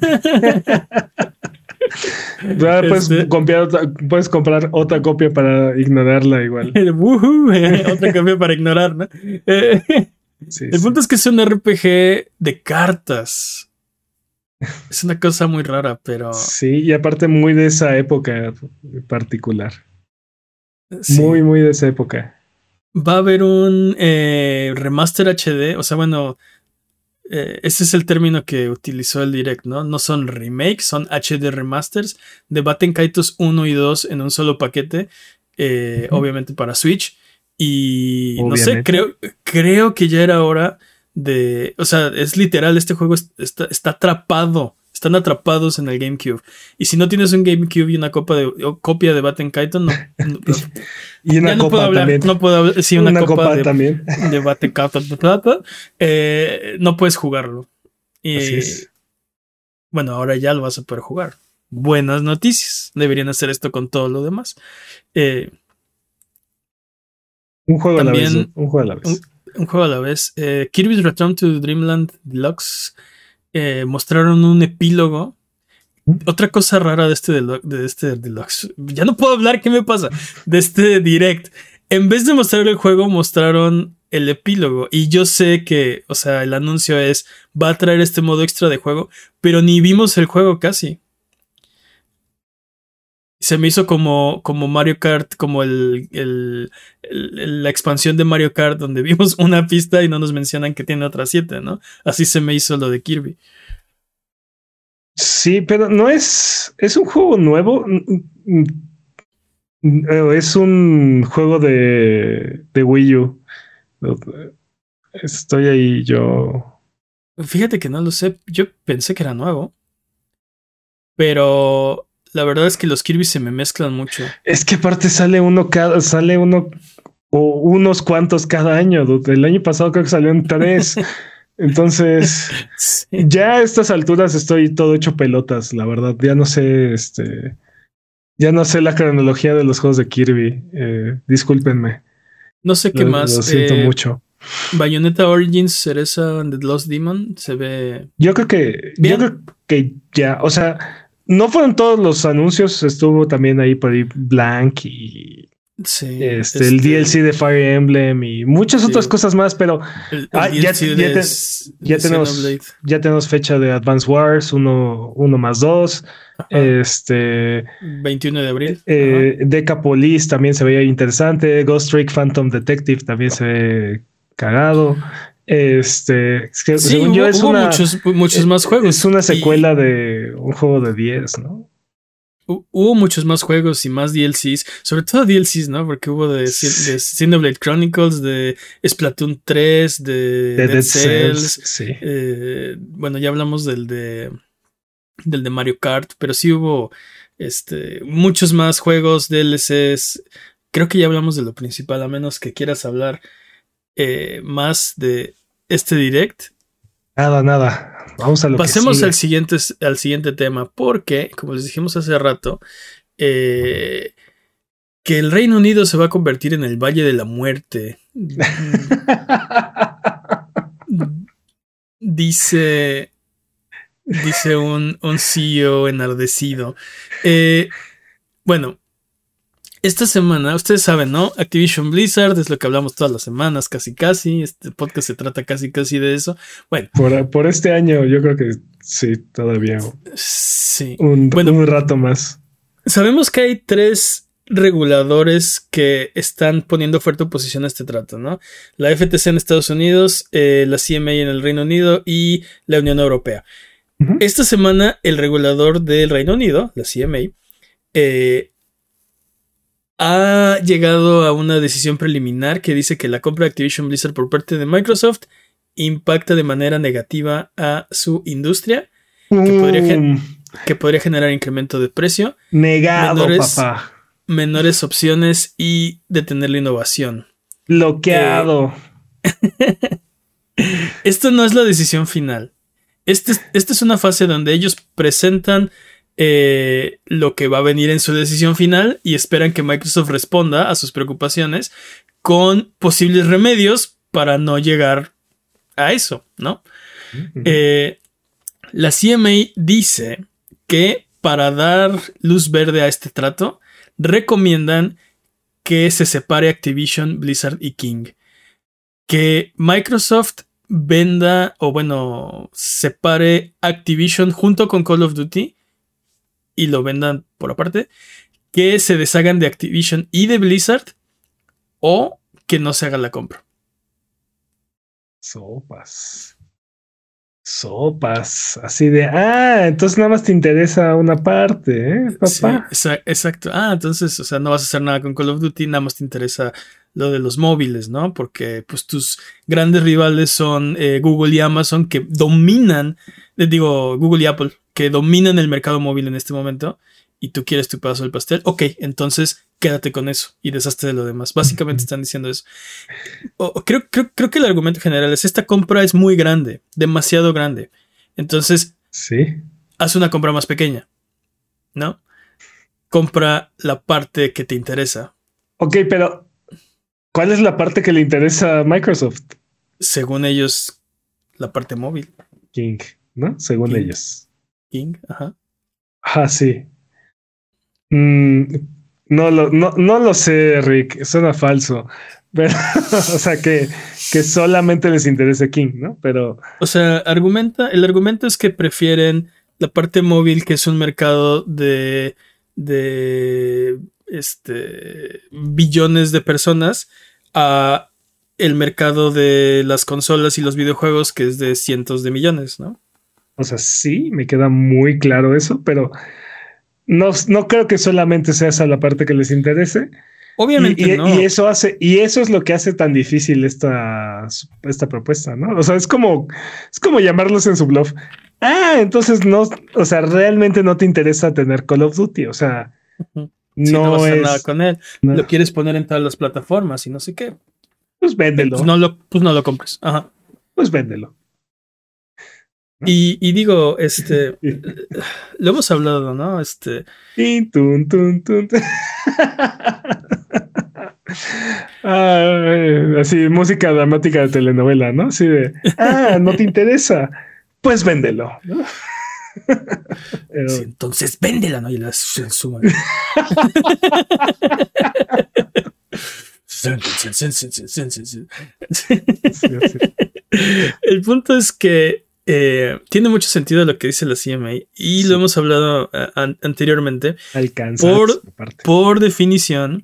Puedes comprar otra copia para ignorarla igual. Otra copia para ignorar, ¿no? El punto es que es un RPG de cartas. Es una cosa muy rara, pero... Sí, y aparte muy de esa época particular. Sí. Muy, muy de esa época. Va a haber un remaster HD, o sea, bueno... ese es el término que utilizó el Direct, ¿no? No son remakes, son HD remasters de Baten Kaitos 1 y 2 en un solo paquete, obviamente para Switch. Y obviamente. No sé, creo que ya era hora de... O sea, es literal, este juego está atrapado. Están atrapados en el GameCube. Y si no tienes un GameCube y una copia de Baten Kaitos, no y una copa también. No puedo hablar. Sí, una copa también. De Baten Kaitos. No puedes jugarlo. Así es. Bueno, ahora ya lo vas a poder jugar. Buenas noticias. Deberían hacer esto con todo lo demás. Un juego a la vez. Un juego a la vez. Un juego a la vez. Kirby's Return to Dreamland Deluxe. Mostraron un epílogo. Otra cosa rara de este Deluxe. Ya no puedo hablar, ¿qué me pasa? De este Direct. En vez de mostrar el juego, mostraron el epílogo. Y yo sé que, o sea, el anuncio es, va a traer este modo extra de juego, pero ni vimos el juego casi. Se me hizo como Mario Kart, como la expansión de Mario Kart, donde vimos una pista y no nos mencionan que tiene otras 7, ¿no? Así se me hizo lo de Kirby. Sí, pero no es un juego nuevo. Es un juego de Wii U. Estoy ahí yo. Fíjate que no lo sé. Yo pensé que era nuevo. Pero la verdad es que los Kirby se me mezclan mucho. Es que aparte sale uno o unos cuantos cada año. El año pasado creo que salieron 3. Entonces, sí. Ya a estas alturas estoy todo hecho pelotas, la verdad. Ya no sé, ya no sé la cronología de los juegos de Kirby. Discúlpenme. No sé qué más. Lo siento mucho. Bayonetta Origins, Cereza and the Lost Demon, se ve. Yo creo que ya, o sea, no fueron todos los anuncios. Estuvo también ahí por ahí Blank y sí, el DLC de Fire Emblem y muchas otras cosas más, pero ya tenemos fecha de Advance Wars 1+2. 21 de abril. Decapolis también se veía interesante. Ghost Trick Phantom Detective también se ve cagado. Según yo hubo muchos más juegos. Es una secuela de un juego de 10, ¿no? Hubo muchos más juegos y más DLCs, sobre todo DLCs, ¿no? Porque hubo de Xenoblade Chronicles, de Splatoon 3, de Dead Cells. Sí. Bueno, ya hablamos del de Mario Kart, pero sí hubo muchos más juegos, DLCs. Creo que ya hablamos de lo principal, a menos que quieras hablar más de este Direct. Nada. Vamos a lo Pasemos que sigue. al siguiente tema, porque, como les dijimos hace rato, que el Reino Unido se va a convertir en el Valle de la Muerte. Dice un CEO enardecido. Bueno, esta semana, ustedes saben, ¿no? Activision Blizzard es lo que hablamos todas las semanas, casi. Este podcast se trata casi de eso. Bueno. Por este año, yo creo que sí, todavía. Sí. Un rato más. Sabemos que hay 3 reguladores que están poniendo fuerte oposición a este trato, ¿no? La FTC en Estados Unidos, la CMA en el Reino Unido y la Unión Europea. Uh-huh. Esta semana, el regulador del Reino Unido, la CMA, ha llegado a una decisión preliminar que dice que la compra de Activision Blizzard por parte de Microsoft impacta de manera negativa a su industria, que podría generar incremento de precio, menores opciones y detener la innovación. Bloqueado. Esto no es la decisión final. Esta es una fase donde ellos presentan lo que va a venir en su decisión final y esperan que Microsoft responda a sus preocupaciones con posibles remedios para no llegar a eso, ¿no? Uh-huh. La CMA dice que para dar luz verde a este trato recomiendan que se separe Activision, Blizzard y King, que Microsoft venda separe Activision junto con Call of Duty y lo vendan por aparte, que se deshagan de Activision y de Blizzard o que no se haga la compra. Sopas. Así de, entonces nada más te interesa una parte, papá. Sí, exacto. Entonces, o sea, no vas a hacer nada con Call of Duty, nada más te interesa lo de los móviles, ¿no? Porque pues tus grandes rivales son Google y Amazon, que dominan, Google y Apple, que dominan el mercado móvil en este momento, y tú quieres tu pedazo del pastel. Ok, entonces quédate con eso y deshazte de lo demás. Básicamente están diciendo eso. Creo que el argumento general es: esta compra es muy grande, demasiado grande. Entonces, sí, haz una compra más pequeña, ¿no? Compra la parte que te interesa. Ok, pero ¿cuál es la parte que le interesa a Microsoft? Según ellos, la parte móvil. King, ¿no? Según King. ellos. King, ajá. Ah, sí. No lo sé, Rick. Suena falso. Pero, o sea, que solamente les interesa King, ¿no? Pero. O sea, el argumento es que prefieren la parte móvil, que es un mercado de billones de personas, a el mercado de las consolas y los videojuegos, que es de cientos de millones, ¿no? O sea, sí, me queda muy claro eso, pero no creo que solamente sea esa la parte que les interese. Obviamente Y no. eso es lo que hace tan difícil esta propuesta, ¿no? O sea, es como llamarlos en su bluff. Ah, entonces no, o sea, realmente no te interesa tener Call of Duty. O sea, Si no vas no a hacer nada es. con él, No, lo quieres poner en todas las plataformas y no sé qué. pues Pues véndelo. no lo compres. Ajá. Pues véndelo. ¿No? Y digo, lo hemos hablado, ¿no? Tin, tun, tun, tun, tun. Así, música dramática de telenovela, ¿no? Así de, no te interesa, pues véndelo, ¿no? Sí, Pero, entonces véndela, ¿no? Y la suman. sí, sí. El punto es que tiene mucho sentido lo que dice la CMA y Sí. lo hemos hablado anteriormente. Alcanzas, aparte. Por definición,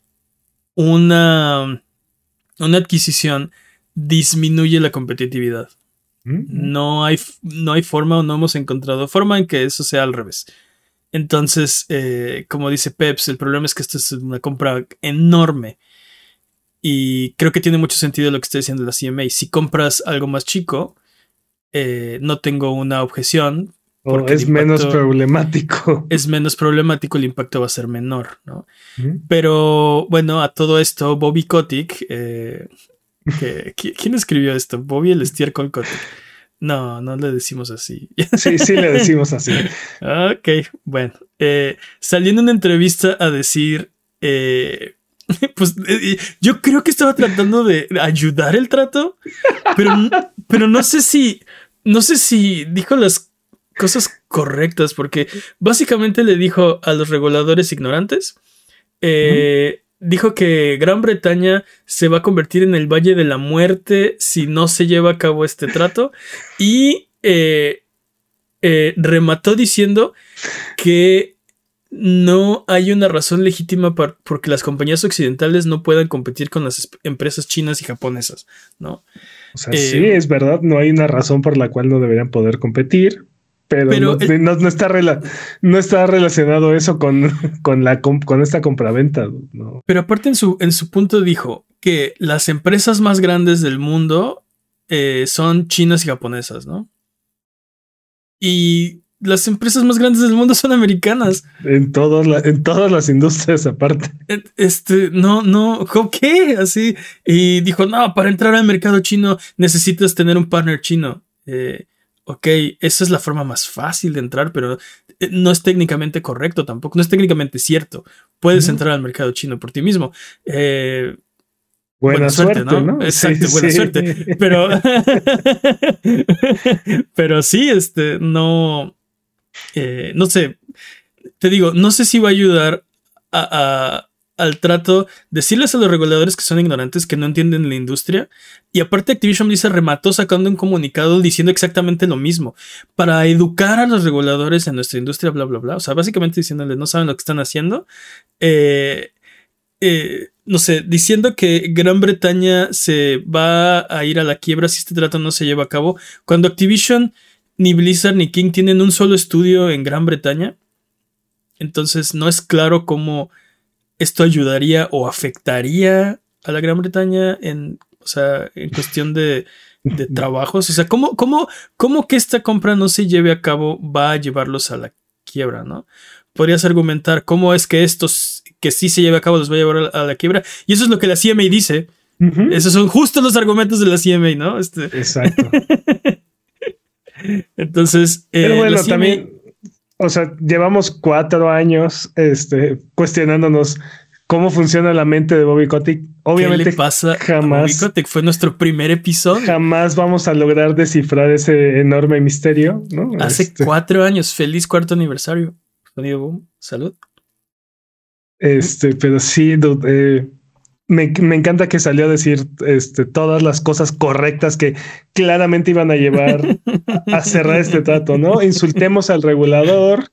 una adquisición disminuye la competitividad. No hay forma o no hemos encontrado forma en que eso sea al revés. Entonces, como dice Peps, el problema es que esto es una compra enorme. Y creo que tiene mucho sentido lo que está diciendo la CMA. Si compras algo más chico, no tengo una objeción. Porque Es menos problemático. Es menos problemático, el impacto va a ser menor, ¿no? Pero bueno, a todo esto, Bobby Kotick, ¿quién escribió esto? Bobby el estiércol Kotick. No le decimos así. Sí, le decimos así. Ok, bueno. Salió en una entrevista a decir, pues yo creo que estaba tratando de ayudar el trato, pero no sé si dijo las cosas correctas, porque básicamente le dijo a los reguladores ignorantes, dijo que Gran Bretaña se va a convertir en el Valle de la Muerte si no se lleva a cabo este trato, y remató diciendo que no hay una razón legítima porque las compañías occidentales no puedan competir con las empresas chinas y japonesas, ¿no? O sea, sí, es verdad, no hay una razón por la cual no deberían poder competir, pero no está relacionado eso con esta compraventa, ¿no? Pero aparte en su punto dijo que las empresas más grandes del mundo son chinas y japonesas, ¿no? Y las empresas más grandes del mundo son americanas. En todas las industrias aparte. No, ¿qué? Así. Y dijo, no, para entrar al mercado chino necesitas tener un partner chino. Ok, esa es la forma más fácil de entrar, pero no es técnicamente correcto tampoco, no es técnicamente cierto. Puedes entrar al mercado chino por ti mismo. Buena suerte, ¿no? Exacto, sí, buena suerte. Pero, pero sí, no sé. Te digo, no sé si va a ayudar al trato. Decirles a los reguladores que son ignorantes, que no entienden la industria. Y aparte, Activision Blizzard remató sacando un comunicado diciendo exactamente lo mismo. Para educar a los reguladores en nuestra industria, bla, bla, bla. O sea, básicamente diciéndoles, no saben lo que están haciendo. No sé, diciendo que Gran Bretaña se va a ir a la quiebra si este trato no se lleva a cabo, cuando Activision, ni Blizzard, ni King tienen un solo estudio en Gran Bretaña. Entonces no es claro cómo esto ayudaría o afectaría a la Gran Bretaña en cuestión de trabajos. O sea, ¿cómo que esta compra no se lleve a cabo va a llevarlos a la quiebra, ¿no? Podrías argumentar cómo es que estos que sí se lleve a cabo los va a llevar a la quiebra. Y eso es lo que la CMA dice. Esos son justo los argumentos de la CMA, ¿no? Exacto. Entonces, pero bueno, también, o sea, llevamos 4 años cuestionándonos cómo funciona la mente de Bobby Kotick. Obviamente ¿qué le pasa a Bobby Kotick? Fue nuestro primer episodio. Jamás vamos a lograr descifrar ese enorme misterio, ¿no? Hace 4 años. Feliz 4º aniversario. Sonido Boom. Salud. Pero sí, dude, me encanta que salió a decir todas las cosas correctas que claramente iban a llevar a cerrar este trato, ¿no? Insultemos al regulador,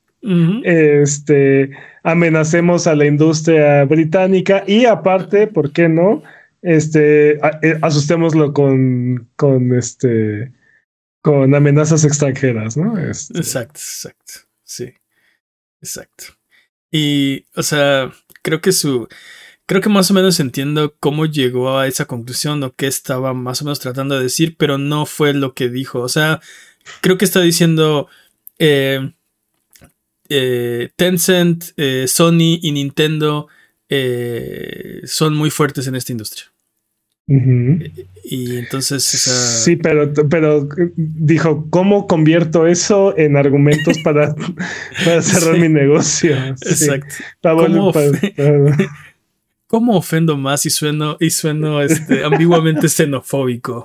amenacemos a la industria británica y aparte, ¿por qué no? Asustémoslo con amenazas extranjeras, ¿no? Exacto. Sí, exacto. Y, o sea, creo que más o menos entiendo cómo llegó a esa conclusión o qué estaba más o menos tratando de decir, pero no fue lo que dijo. O sea, creo que está diciendo Tencent, Sony y Nintendo son muy fuertes en esta industria. Y entonces, o sea... Sí, pero dijo, ¿cómo convierto eso en argumentos para cerrar mi negocio? Exacto. Sí. ¿Cómo ofendo más y sueno ambiguamente xenofóbico?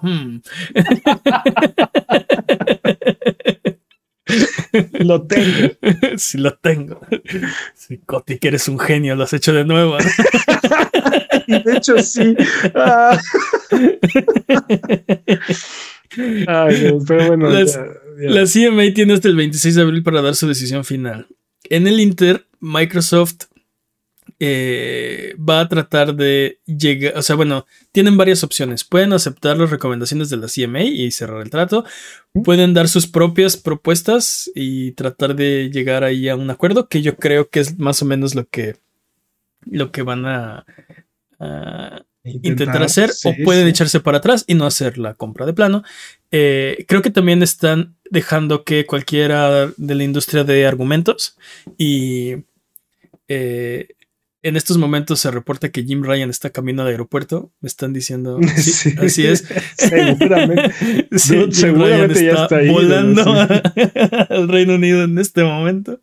Lo tengo. Sí, lo tengo. Sí, Kotick, que eres un genio, lo has hecho de nuevo, ¿no? Y de hecho, sí. Ay, no, pero bueno. La CMA tiene hasta el 26 de abril para dar su decisión final. En el Inter, Microsoft va a tratar de llegar, o sea, bueno, tienen varias opciones. Pueden aceptar las recomendaciones de la CMA y cerrar el trato. Pueden dar sus propias propuestas y tratar de llegar ahí a un acuerdo, que yo creo que es más o menos lo que van a intentar hacer, sí, o pueden echarse para atrás y no hacer la compra de plano. Creo que también están dejando que cualquiera de la industria dé argumentos y en estos momentos se reporta que Jim Ryan está camino al aeropuerto. Me están diciendo. Sí, sí. Así es. Seguramente. Sí, Dude, seguramente ya está ahí, volando al Reino Unido en este momento.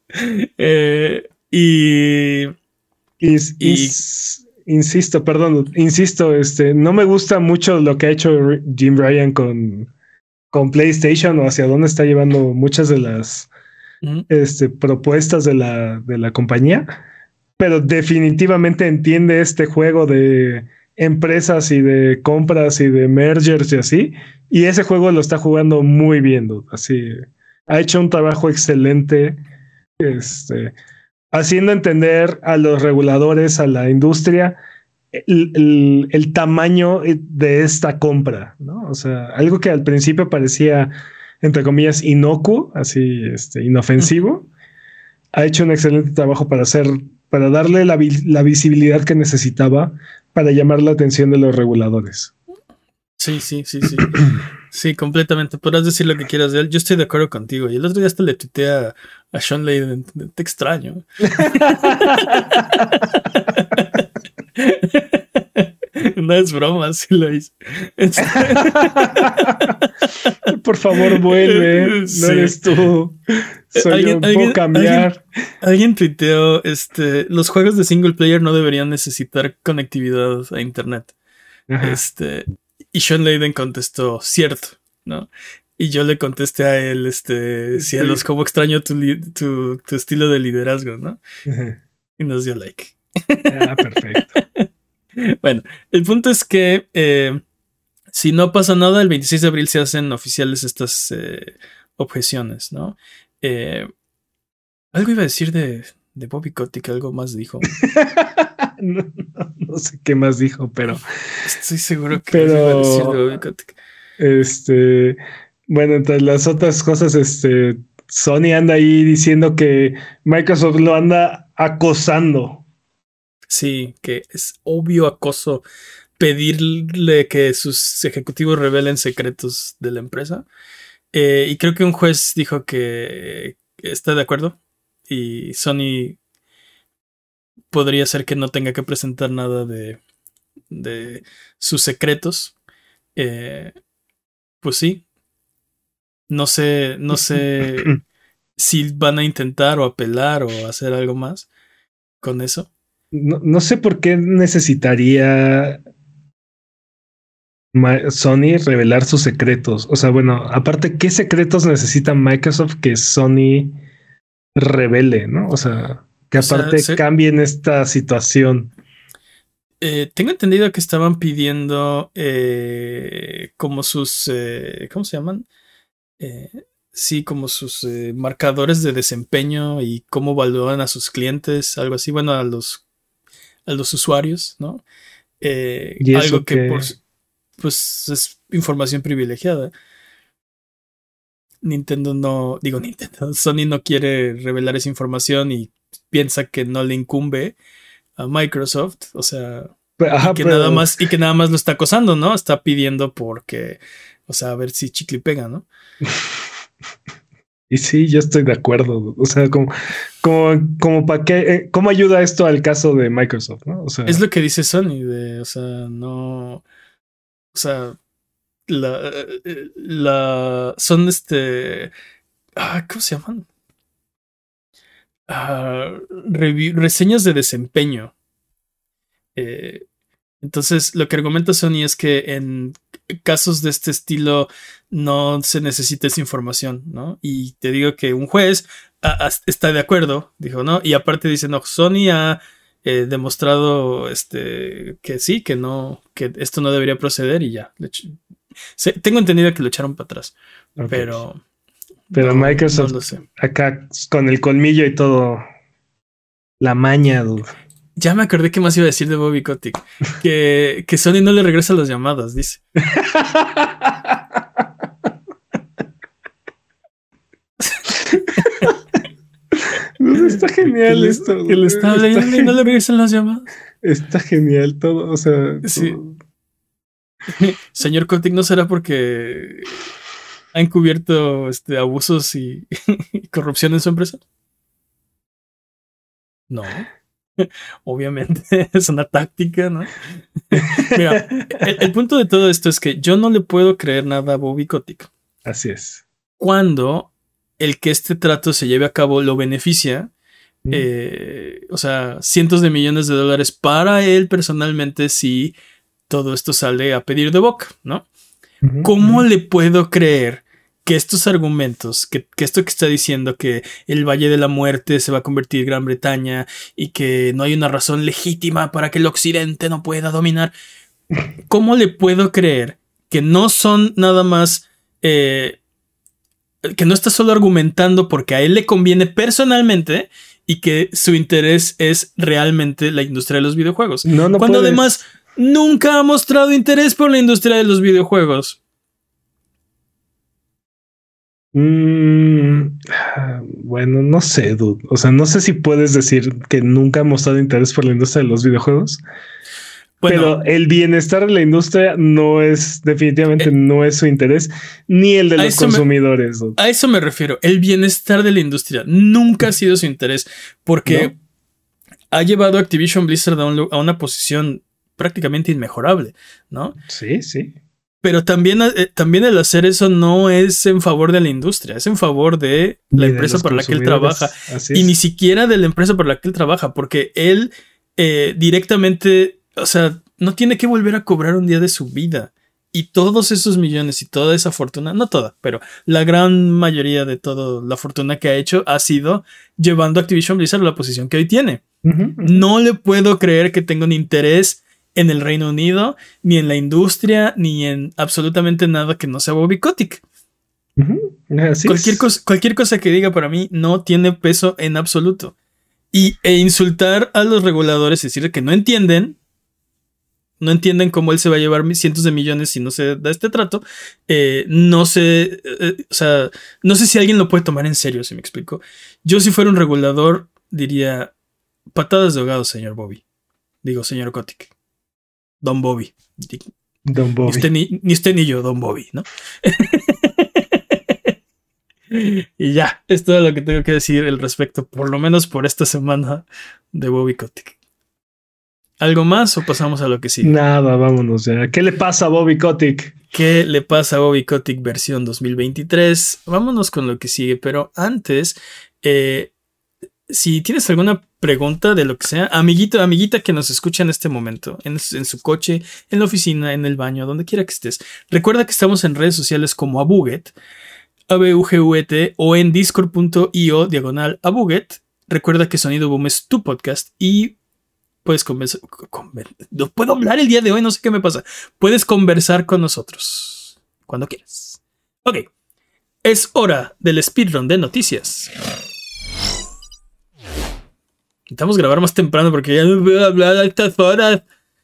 Insisto, no me gusta mucho lo que ha hecho Jim Ryan con PlayStation o hacia dónde está llevando muchas de las propuestas de la compañía. Pero definitivamente entiende este juego de empresas y de compras y de mergers y así. Y ese juego lo está jugando muy bien, dude. Así ha hecho un trabajo excelente, haciendo entender a los reguladores, a la industria, el tamaño de esta compra, ¿no? O sea, algo que al principio parecía, entre comillas, inocuo, así, inofensivo. Ha hecho un excelente trabajo para darle la visibilidad que necesitaba para llamar la atención de los reguladores. Sí. Sí, completamente. Podrás decir lo que quieras de él. Yo estoy de acuerdo contigo. Y el otro día hasta le tuiteé a Sean Layden. Te extraño. No es broma, sí lo hice. Por favor, vuelve. Sí. No eres tú. Puedo cambiar. Alguien tuiteó, los juegos de single player no deberían necesitar conectividad a internet. Ajá. Y Sean Layden contestó, cierto, ¿no? Y yo le contesté a él, cielos, cómo extraño tu estilo de liderazgo, ¿no? Ajá. Y nos dio like. Perfecto. Bueno, el punto es que si no pasa nada, el 26 de abril se hacen oficiales estas objeciones, ¿no? Algo iba a decir de Bobby Kotick, algo más dijo. No sé qué más dijo, pero estoy seguro que iba a decir de Bobby Kotick. Bueno, entre las otras cosas, Sony anda ahí diciendo que Microsoft lo anda acosando. Sí, que es obvio acoso pedirle que sus ejecutivos revelen secretos de la empresa. Y creo que un juez dijo que está de acuerdo y Sony podría ser que no tenga que presentar nada de sus secretos. Pues sí. No sé si van a intentar o apelar o hacer algo más con eso. no sé por qué necesitaría Sony revelar sus secretos. O sea, bueno, aparte, ¿qué secretos necesita Microsoft que Sony revele, ¿no? O sea, que O sea, aparte cambien esta situación. Tengo entendido que estaban pidiendo como sus, ¿cómo se llaman? Eh, sí, como sus marcadores de desempeño y cómo evalúan a sus clientes, algo así, bueno, a los usuarios, ¿no? Y eso Algo que que... pues es información privilegiada. Sony no quiere revelar esa información y piensa que no le incumbe a Microsoft, o sea, Ajá, y que nada más lo está acosando, ¿no? Está pidiendo porque, o sea, a ver si chicle y pega, ¿no? Y sí, yo estoy de acuerdo. O sea, como para qué, ¿cómo ayuda esto al caso de Microsoft, no? O sea, Es lo que dice Sony, o sea, no, o sea, son ¿cómo se llaman? Reseñas de desempeño. Eh, entonces, lo que argumenta Sony es que en casos de este estilo no se necesita esa información, ¿no? Y te digo que un juez está de acuerdo, dijo, ¿no? Y aparte dice, no, Sony ha demostrado que sí, que no, que esto no debería proceder y ya. Tengo entendido que lo echaron para atrás, okay. Pero Microsoft no lo sé. acá con el colmillo y todo, la maña, dude. Ya me acordé qué más iba a decir de Bobby Kotick. Que Sony no le regresa las llamadas, dice. Está genial esto. Que le está hablando y no le regresan las llamadas. Está genial todo, o sea. Sí. Todo. Señor Kotick, ¿no será porque ha encubierto abusos y corrupción en su empresa? No. Obviamente es una táctica, ¿no? Mira, el punto de todo esto es que yo no le puedo creer nada a Bobby Kotick. Así es. Cuando el que este trato se lleve a cabo lo beneficia, o sea, cientos de millones de dólares para él personalmente si todo esto sale a pedir de boca, ¿no? ¿Cómo le puedo creer que estos argumentos, que esto que está diciendo que el Valle de la Muerte se va a convertir en Gran Bretaña y que no hay una razón legítima para que el Occidente no pueda dominar, ¿cómo le puedo creer que no son nada más, que no está solo argumentando porque a él le conviene personalmente y que su interés es realmente la industria de los videojuegos? No cuando además nunca ha mostrado interés por la industria de los videojuegos. Bueno, no sé, dude. O sea, no sé si puedes decir que nunca ha mostrado interés por la industria de los videojuegos. Bueno, pero el bienestar de la industria definitivamente no es su interés, ni el de los consumidores. A eso me refiero. El bienestar de la industria nunca ha sido su interés, porque ha llevado a Activision Blizzard a una posición prácticamente inmejorable, ¿no? Sí, sí. Pero también el hacer eso no es en favor de la industria, es en favor de la empresa para la que él trabaja. Y ni siquiera de la empresa para la que él trabaja, porque él directamente, o sea, no tiene que volver a cobrar un día de su vida. Y todos esos millones y toda esa fortuna, no toda, pero la gran mayoría de toda la fortuna que ha hecho ha sido llevando a Activision Blizzard a la posición que hoy tiene. No le puedo creer que tenga un interés en el Reino Unido, ni en la industria, ni en absolutamente nada que no sea Bobby Kotick. Cualquier cosa que diga para mí no tiene peso en absoluto. E insultar a los reguladores y decirle que no entienden cómo él se va a llevar cientos de millones si no se da este trato. No sé, o sea, no sé si alguien lo puede tomar en serio, si me explico. Yo, si fuera un regulador, diría patadas de ahogado, señor Bobby. Digo, señor Kotick. Don Bobby. Don Bobby. Ni usted ni yo, Don Bobby, ¿no? Y ya, es todo lo que tengo que decir al respecto, por lo menos por esta semana de Bobby Kotick. ¿Algo más o pasamos a lo que sigue? Nada, vámonos ya. ¿Qué le pasa a Bobby Kotick? ¿Qué le pasa a Bobby Kotick versión 2023? Vámonos con lo que sigue, pero antes, si tienes alguna pregunta de lo que sea, amiguito, amiguita que nos escucha en este momento, en su coche, en la oficina, en el baño, donde quiera que estés, recuerda que estamos en redes sociales como Abuget, ABUGUET, o en discord.io/Abuget. Recuerda que Sonido Boom es tu podcast y puedes no puedo hablar el día de hoy, no sé qué me pasa. Puedes conversar con nosotros cuando quieras. Ok, es hora del speedrun de noticias. Intentamos grabar más temprano porque ya no puedo hablar a estas horas.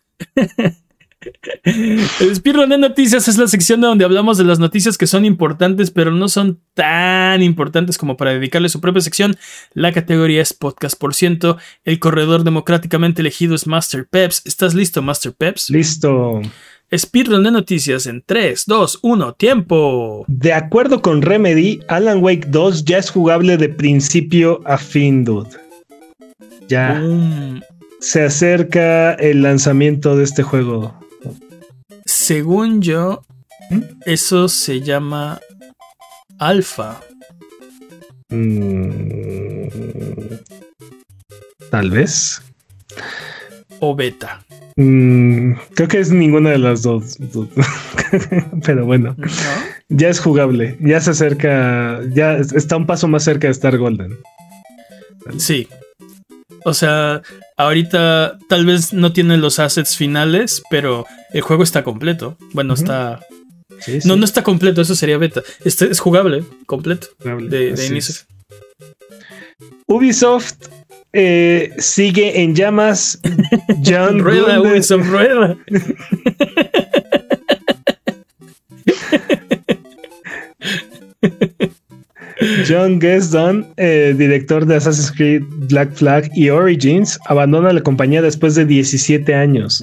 El speedrun de noticias es la sección donde hablamos de las noticias que son importantes, pero no son tan importantes como para dedicarle su propia sección. La categoría es podcast por ciento. El corredor democráticamente elegido es Master Peps. ¿Estás listo, Master Peps? Listo. Speedrun de noticias en 3, 2, 1, tiempo. De acuerdo con Remedy, Alan Wake 2 ya es jugable de principio a fin, dude. Ya se acerca el lanzamiento de este juego. Según yo, eso se llama alfa. Tal vez. O beta. Creo que es ninguna de las dos. Pero bueno, ¿no? Ya es jugable. Ya se acerca. Ya está un paso más cerca de estar Golden. Sí. O sea, ahorita tal vez no tiene los assets finales, pero el juego está completo. Bueno, está... Sí, sí. No está completo, eso sería beta. Es jugable, completo. De inicio. Ubisoft sigue en llamas. John rueda, Ubisoft, rueda. John Gesdon, director de Assassin's Creed Black Flag y Origins, abandona la compañía después de 17 años.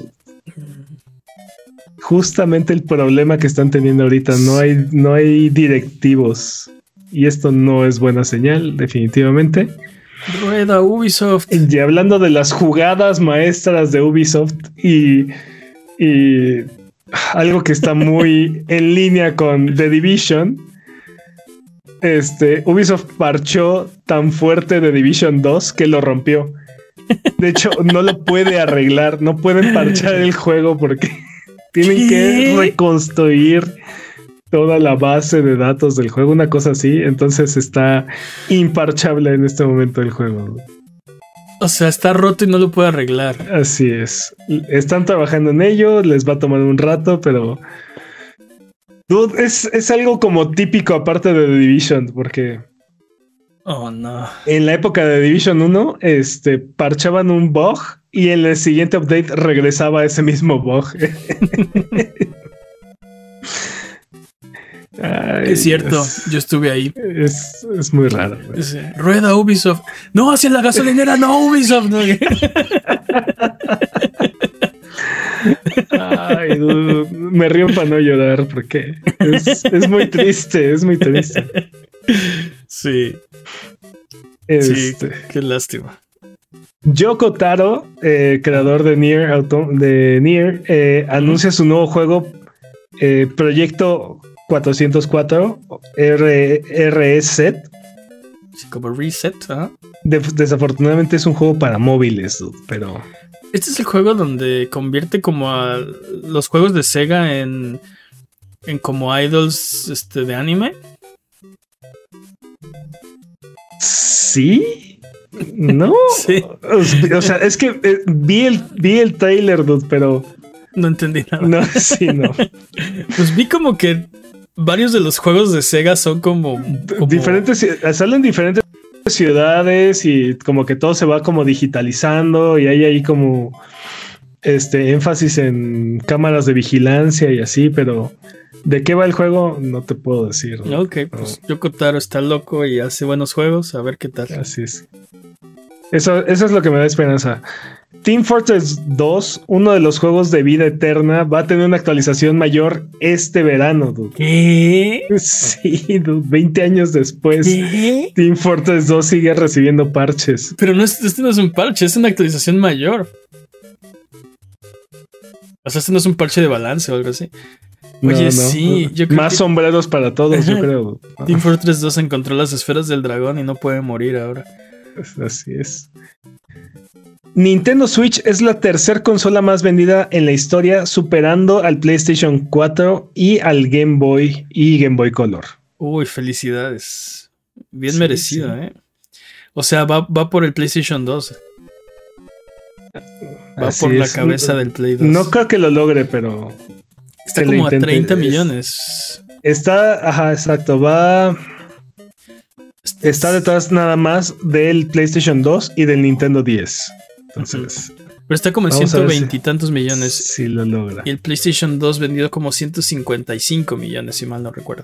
Justamente el problema que están teniendo ahorita, no hay directivos. Y esto no es buena señal, definitivamente. Rueda Ubisoft. Y hablando de las jugadas maestras de Ubisoft y algo que está muy en línea con The Division. Ubisoft parchó tan fuerte The Division 2 que lo rompió. De hecho, no lo puede arreglar. No pueden parchar el juego porque tienen que reconstruir toda la base de datos del juego. Una cosa así. Entonces está imparchable en este momento el juego. O sea, está roto y no lo puede arreglar. Así es. Están trabajando en ello. Les va a tomar un rato, pero... Dude, es algo como típico aparte de The Division, porque... Oh, no. En la época de Division 1, parchaban un bug y en el siguiente update regresaba ese mismo bug. Ay, es cierto, yo estuve ahí. Es muy raro. Rueda Ubisoft. No, hacia la gasolinera, no Ubisoft. No. Ay, dude, me río para no llorar porque es muy triste, es muy triste. Sí. Sí, qué lástima. Yoko Taro, creador de Nier, anuncia su nuevo juego, Proyecto 404 Reset. Sí, como Reset, ¿ah? Desafortunadamente es un juego para móviles, dude, pero... Este es el juego donde convierte como a los juegos de Sega en como idols de anime. ¿Sí? ¿No? Sí. O sea, es que vi el trailer, dude, pero... No entendí nada. No, sí, no. Pues vi como que varios de los juegos de Sega son como... diferentes, salen diferentes ciudades y como que todo se va como digitalizando y hay ahí como énfasis en cámaras de vigilancia y así, pero ¿de qué va el juego? No te puedo decir. ¿no? Ok, pues Yoko Taro está loco y hace buenos juegos, a ver qué tal. Así es. Eso es lo que me da esperanza. Team Fortress 2, uno de los juegos de vida eterna, va a tener una actualización mayor este verano, dude. ¿Qué? Sí, dude, 20 años después. ¿Qué? Team Fortress 2 sigue recibiendo parches. Pero no este no es un parche, es una actualización mayor. O sea, este no es un parche de balance o algo así. Oye, no, sí. Yo creo más que... sombreros para todos, yo creo. Team Fortress 2 encontró las esferas del dragón y no puede morir ahora. Así es. Nintendo Switch es la tercera consola más vendida en la historia, superando al PlayStation 4 y al Game Boy y Game Boy Color. Uy, felicidades. Bien merecido, sí. O sea, va por el PlayStation 2. Va Así por la es. cabeza del Play 2. No creo que lo logre, pero... Está como a 30 millones. Está, ajá, exacto, está detrás nada más del PlayStation 2 y del Nintendo 10. Entonces... Pero está como en 120 y tantos millones. Sí lo logra. Y el PlayStation 2 vendido como 155 millones, si mal no recuerdo.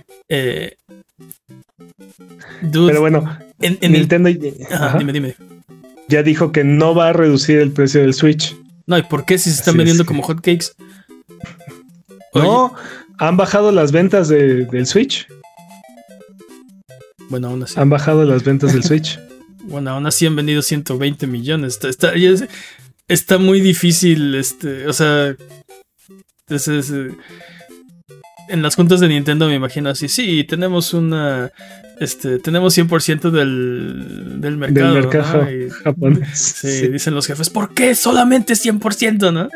Dude, pero bueno, en Nintendo... Ajá, dime. Ya dijo que no va a reducir el precio del Switch. No, ¿y por qué si se están vendiendo como hotcakes? No, han bajado las ventas del Switch. Bueno, aún así. Han bajado las ventas del Switch. Bueno, aún así han vendido 120 millones. Está muy difícil, o sea... en las juntas de Nintendo me imagino así. Sí, tenemos tenemos 100% del mercado. Del mercado, ¿no? Japonés. Sí, dicen los jefes, ¿por qué solamente 100%, no?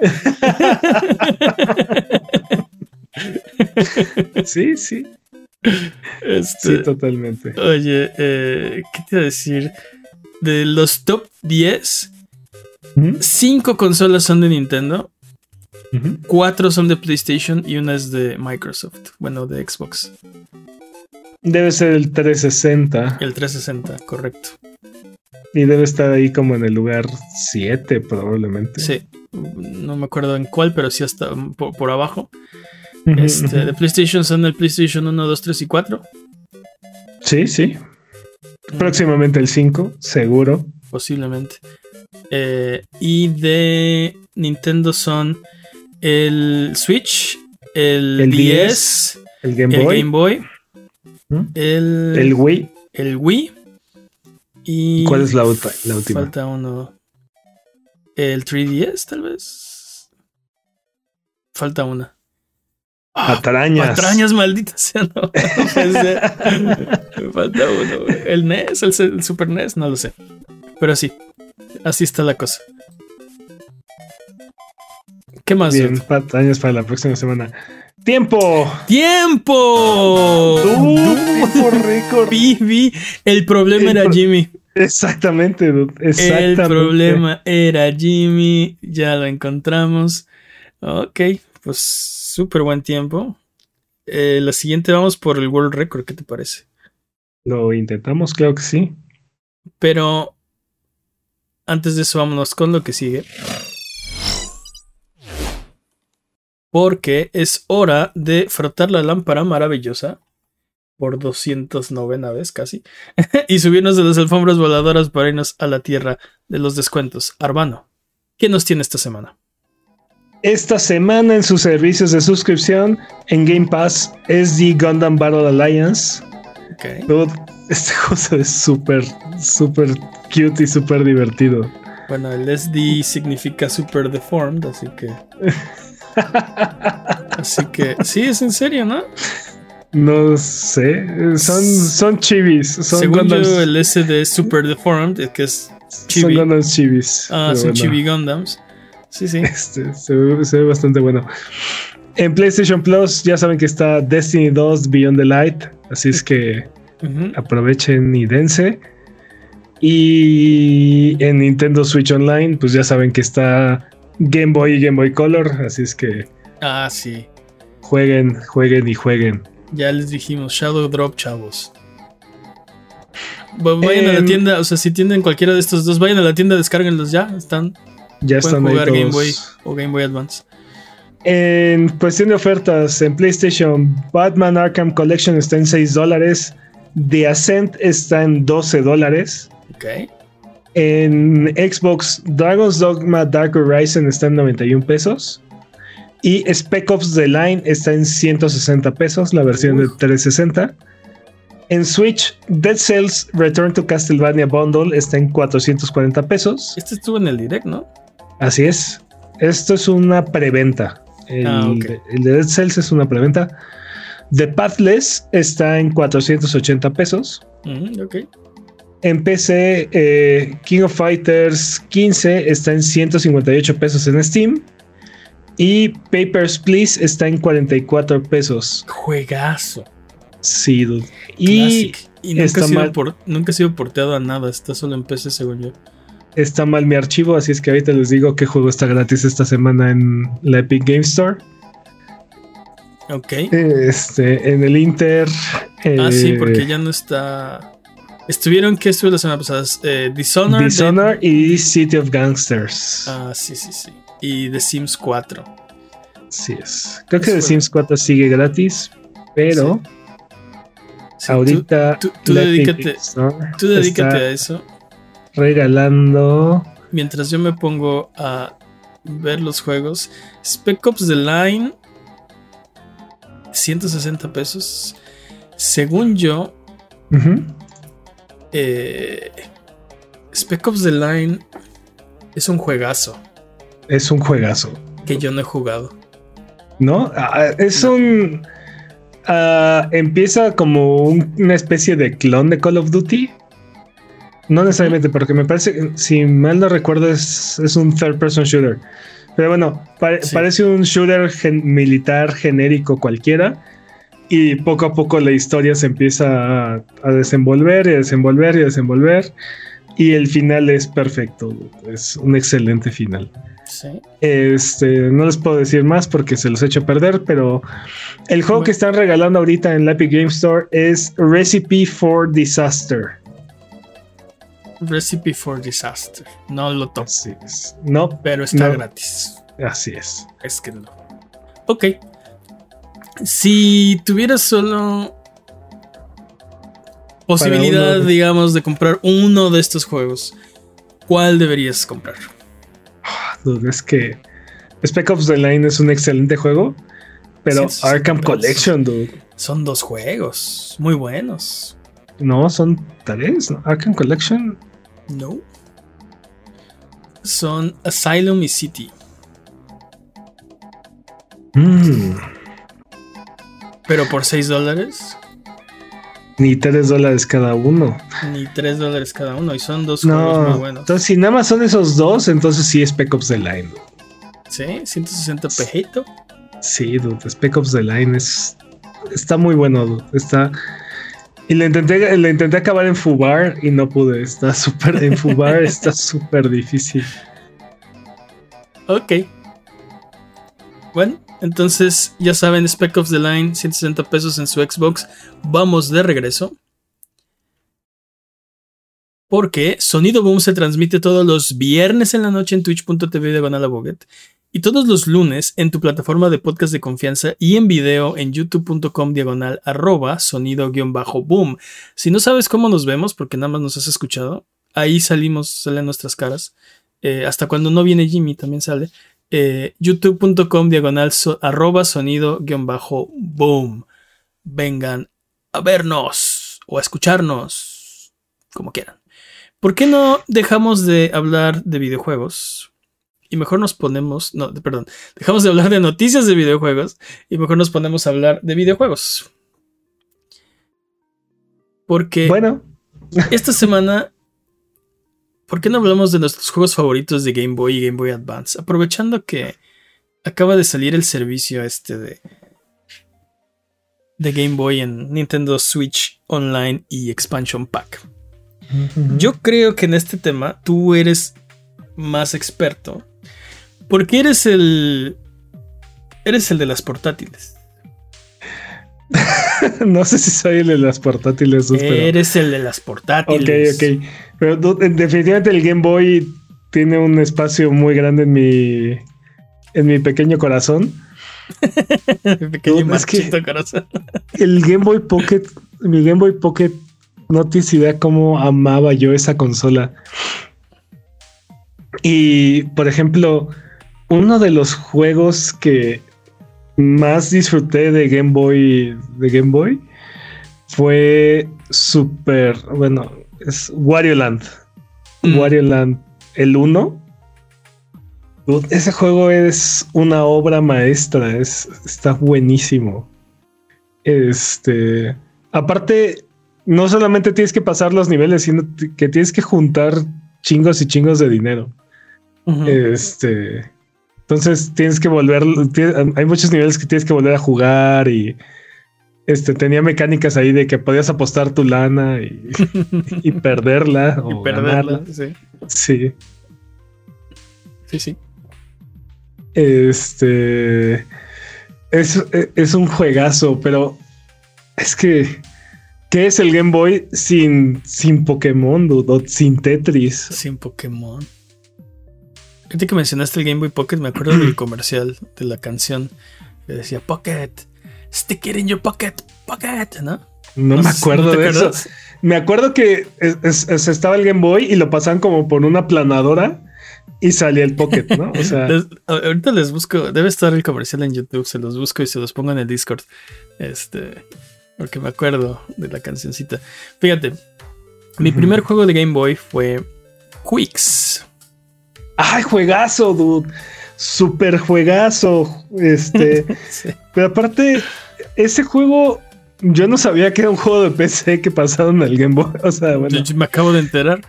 Sí. Sí, totalmente. Oye, ¿qué te iba a decir? De los top 10, 5 consolas son de Nintendo, 4 son de PlayStation y una es de Microsoft. Bueno, de Xbox. Debe ser el 360. El 360, correcto. Y debe estar ahí como en el lugar 7 probablemente. Sí, no me acuerdo en cuál, pero sí hasta por abajo. De PlayStation son el PlayStation 1, 2, 3 y 4. Sí. Próximamente el 5, seguro. Posiblemente. Y de Nintendo son el Switch, el 10, el Game Boy, el Wii. Y ¿cuál es la última? Falta uno. El 3DS, tal vez. Falta una. Patrañas, maldita sea, no. Falta uno. El NES, el Super NES, no lo sé. Pero sí, así está la cosa. ¿Qué más? Bien, patrañas para la próxima semana. ¡Tiempo! ¡Tiempo récord! Vi. El problema era Jimmy. Exactamente, dude. Exactamente. El problema era Jimmy. Ya lo encontramos. Ok, pues súper buen tiempo. La siguiente vamos por el World Record. ¿Qué te parece? Lo intentamos, claro que sí. Pero antes de eso, vámonos con lo que sigue. Porque es hora de frotar la lámpara maravillosa por 209 vez casi y subirnos de las alfombras voladoras para irnos a la tierra de los descuentos. Arbano, ¿qué nos tiene esta semana? Esta semana en sus servicios de suscripción en Game Pass es The Gundam Battle Alliance. Okay. Este juego es súper cute y súper divertido. Bueno, el SD significa super deformed, así que sí, es en serio, ¿no? No sé, son chibis. Según Gundams, yo, el SD es super deformed, que es chibi. Son Gundams chibis. Son chibi Gundams. Sí. Se ve bastante bueno. En PlayStation Plus ya saben que está Destiny 2 Beyond the Light, así es que aprovechen y dense. Y en Nintendo Switch Online, pues ya saben que está Game Boy y Game Boy Color, así es que sí. Jueguen. Ya les dijimos, Shadow Drop, chavos. Vayan a la tienda, o sea, si tienen cualquiera de estos dos, vayan a la tienda, descárguenlos ya. Ya están jugar ahí todos. Game Boy o Game Boy Advance. En cuestión de ofertas, en PlayStation, Batman Arkham Collection está en $6. The Ascent está en $12. Ok. En Xbox, Dragon's Dogma Dark Horizon está en 91 pesos. Y Spec Ops The Line está en 160 pesos, la versión de 360. En Switch, Dead Cells Return to Castlevania Bundle está en 440 pesos. Este estuvo en el Direct, ¿no? Así es. Esto es una preventa. El de Dead Cells es una preventa. The Pathless está en 480 pesos. Ok. En PC, King of Fighters 15 está en 158 pesos en Steam. Y Papers, Please está en 44 pesos. Juegazo. Sí, dude. Y nunca ha sido porteado a nada. Está solo en PC, según yo. Está mal mi archivo, así es que ahorita les digo qué juego está gratis esta semana en la Epic Game Store. Ok. En el Inter. Sí, porque ya no está. ¿Qué estuvo la semana pasada? Dishonored y City of Gangsters. Sí. Y The Sims 4. Sí es. Creo que The Sims 4 sigue gratis, pero sí, ahorita tú dedícate a eso. Regalando. Mientras yo me pongo a ver los juegos. Spec Ops The Line, 160 pesos. Según yo, Spec Ops The Line es un juegazo. Es un juegazo. Que yo no he jugado. ¿No? Empieza como una especie de clon de Call of Duty. No necesariamente, porque me parece, si mal no recuerdo, es un third person shooter. Pero bueno, parece un shooter militar genérico cualquiera. Y poco a poco la historia se empieza a desenvolver y a desenvolver y a desenvolver. Y el final es perfecto. Es un excelente final. Sí. No les puedo decir más porque se los he hecho perder, pero el juego que están regalando ahorita en la Epic Game Store es Recipe for Disaster. Recipe for Disaster. No lo toco. Así es. No, pero está gratis. Así es. Es que no. Ok. Si tuvieras solo posibilidad, digamos, de comprar uno de estos juegos, ¿cuál deberías comprar? Dude, es que Spec Ops The Line es un excelente juego, pero Arkham Collection, dude. Son 2 juegos muy buenos. No, son 3, ¿no? Arkham Collection. No. Son Asylum y City. Pero por $6. Ni $3 cada uno. Ni $3 cada uno. Y son 2 juegos muy buenos. Entonces, si nada más son esos 2, entonces sí es Spec Ops The Line. Dude. Sí, 160 pejito. Sí, dude. Spec Ops The Line está muy bueno, dude. Y le intenté acabar en Fubar y no pude. En Fubar está súper difícil. Ok. Bueno, entonces ya saben, Spec Ops The Line, 160 pesos en su Xbox. Vamos de regreso. Porque Sonido Boom se transmite todos los viernes en la noche en twitch.tv/Abuget y todos los lunes en tu plataforma de podcast de confianza y en video en youtube.com/sonido-boom. Si no sabes cómo nos vemos, porque nada más nos has escuchado, ahí salen nuestras caras. Hasta cuando no viene Jimmy también sale. youtube.com/sonido-boom. Vengan a vernos o a escucharnos, como quieran. ¿Por qué no dejamos de hablar de videojuegos? Y mejor nos ponemos... dejamos de hablar de noticias de videojuegos y mejor nos ponemos a hablar de videojuegos. Porque... Bueno. Esta semana... ¿Por qué no hablamos de nuestros juegos favoritos de Game Boy y Game Boy Advance? Aprovechando que acaba de salir el servicio de Game Boy en Nintendo Switch Online y Expansion Pack. Yo creo que en este tema tú eres más experto porque eres el de las portátiles. No sé si soy el de las portátiles. Eres el de las portátiles. Ok. Pero definitivamente el Game Boy tiene un espacio muy grande en mi pequeño corazón. Mi pequeño marchito corazón. El Game Boy Pocket, mi Game Boy Pocket, no tienes idea cómo amaba yo esa consola. Y, por ejemplo, uno de los juegos que más disfruté de Game Boy fue es Wario Land. Wario Land, el 1. Ese juego es una obra maestra, está buenísimo. Aparte, no solamente tienes que pasar los niveles, sino que tienes que juntar chingos y chingos de dinero. Uh-huh. Entonces tienes que volver, hay muchos niveles que tienes que volver a jugar y tenía mecánicas ahí de que podías apostar tu lana y perderla o ganarla. Sí. Sí. Sí. Es un juegazo, pero es que ¿qué es el Game Boy sin Pokémon, dude? Sin Tetris. Sin Pokémon. Ahorita que mencionaste el Game Boy Pocket, me acuerdo del comercial de la canción que decía Pocket, stick it in your pocket, ¿no? No me acuerdo de eso. Me acuerdo que estaba el Game Boy y lo pasaban como por una planadora y salía el Pocket, ¿no? O sea, ahorita les busco, debe estar el comercial en YouTube, se los busco y se los pongo en el Discord. Porque me acuerdo de la cancioncita. Fíjate, mi primer juego de Game Boy fue Quicks. ¡Ay, juegazo, dude! Super juegazo. Sí. Pero aparte, ese juego, yo no sabía que era un juego de PC que pasaron al Game Boy. O sea, bueno. Yo me acabo de enterar.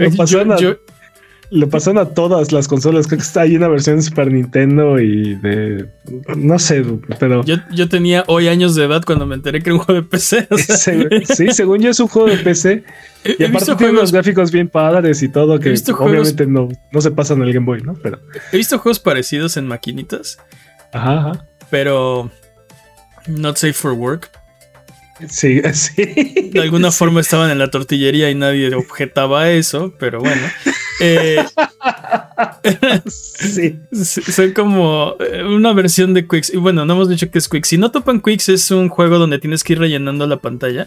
Lo pasaron a todas las consolas. Creo que está ahí una versión de Super Nintendo y de... No sé, pero... Yo tenía hoy años de edad cuando me enteré que era un juego de PC. O sea. Sí, según yo es un juego de PC. Y aparte tiene unos gráficos bien padres y todo que obviamente no se pasan al Game Boy, ¿no? Pero... He visto juegos parecidos en maquinitas. Ajá. Pero... Not safe for work. Sí. De alguna forma estaban en la tortillería y nadie objetaba eso, pero bueno. Sí. Son como una versión de Quicks. Y bueno, no hemos dicho que es Quicks. Si no topan Quicks, es un juego donde tienes que ir rellenando la pantalla.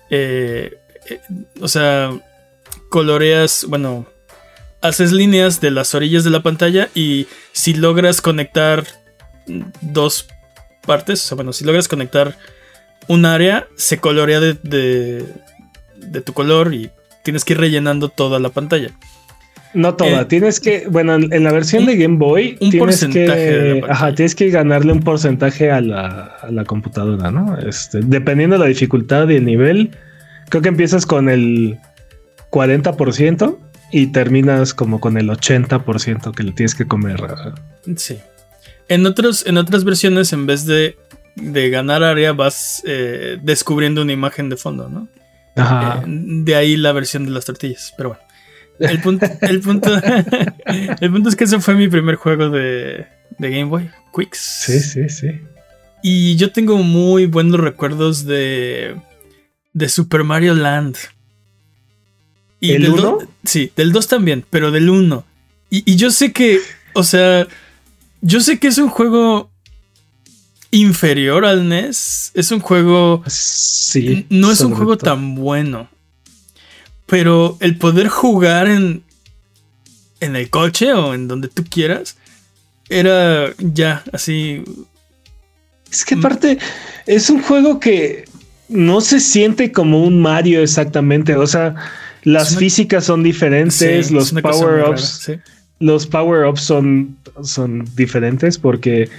O sea, coloreas, bueno, haces líneas de las orillas de la pantalla y si logras conectar dos partes, o sea, bueno, si logras conectar un área, se colorea de tu color y tienes que ir rellenando toda la pantalla. No toda, tienes que, bueno, en la versión de Game Boy tienes que ganarle un porcentaje a la computadora, ¿no? Dependiendo de la dificultad y el nivel, creo que empiezas con el 40% y terminas como con el 80% que le tienes que comer. Sí. En otras versiones, en vez de ganar área, vas descubriendo una imagen de fondo, ¿no? Ajá. De ahí la versión de las tortillas, pero bueno. El punto es que ese fue mi primer juego de Game Boy, Quicks. Sí. Y yo tengo muy buenos recuerdos de Super Mario Land. Y ¿El 1? Sí, del 2 también, pero del 1. Y yo sé que, o sea, yo sé que es un juego inferior al NES. Es un juego... Sí. No es un juego tan bueno. Pero el poder jugar en el coche o en donde tú quieras era ya así. Es que aparte es un juego que no se siente como un Mario exactamente. O sea, las físicas son diferentes, sí, los power-ups. Sí. Los power-ups son diferentes porque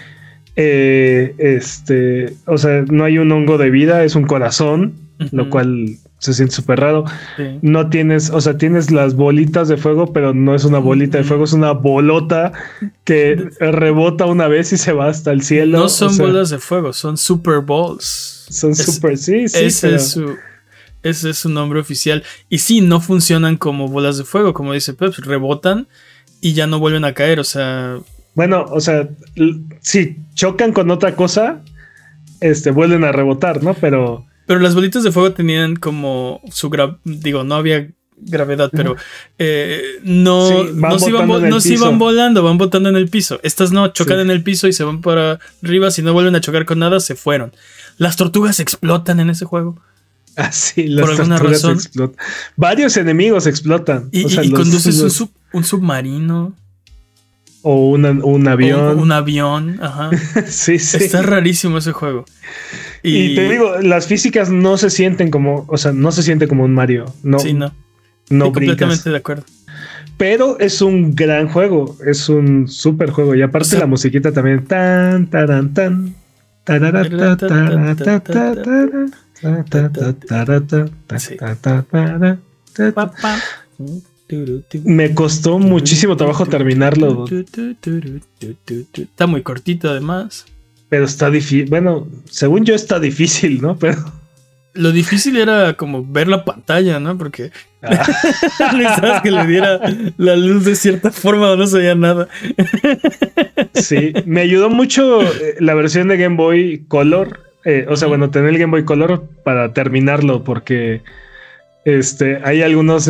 o sea, no hay un hongo de vida, es un corazón, lo cual se siente súper raro. Sí. No tienes, o sea, tienes las bolitas de fuego, pero no es una bolita de fuego, es una bolota que rebota una vez y se va hasta el cielo. No son bolas de fuego, son super balls. Son super, sí. Ese es su nombre oficial. Y sí, no funcionan como bolas de fuego, como dice Pep, rebotan y ya no vuelven a caer, o sea... Bueno, o sea, si chocan con otra cosa, vuelven a rebotar, ¿no? Pero las bolitas de fuego tenían como su no había gravedad, pero no se iban volando, van botando en el piso. Estas no, chocan en el piso y se van para arriba. Si no vuelven a chocar con nada, se fueron. Las tortugas explotan en ese juego. Ah, sí, las tortugas explotan. Varios enemigos explotan. Y conduces un submarino. O un avión. Un avión, ajá. Sí. Está rarísimo ese juego. Y te digo, las físicas no se sienten como, o sea, no se siente como un Mario. No, sí, no. No brincas. Completamente de acuerdo. Pero es un gran juego, es un súper juego. Y aparte la musiquita también. Me costó muchísimo trabajo terminarlo. Está muy cortito además. Pero está difícil. Bueno, según yo está difícil, ¿no? Pero lo difícil era como ver la pantalla, ¿no? Porque necesitabas que le diera la luz de cierta forma o no se veía nada. Sí, me ayudó mucho la versión de Game Boy Color. O sea, bueno, tener el Game Boy Color para terminarlo, porque hay algunos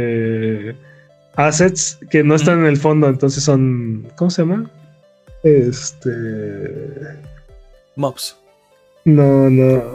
assets que no están en el fondo, entonces son. ¿Cómo se llama? Mobs. No.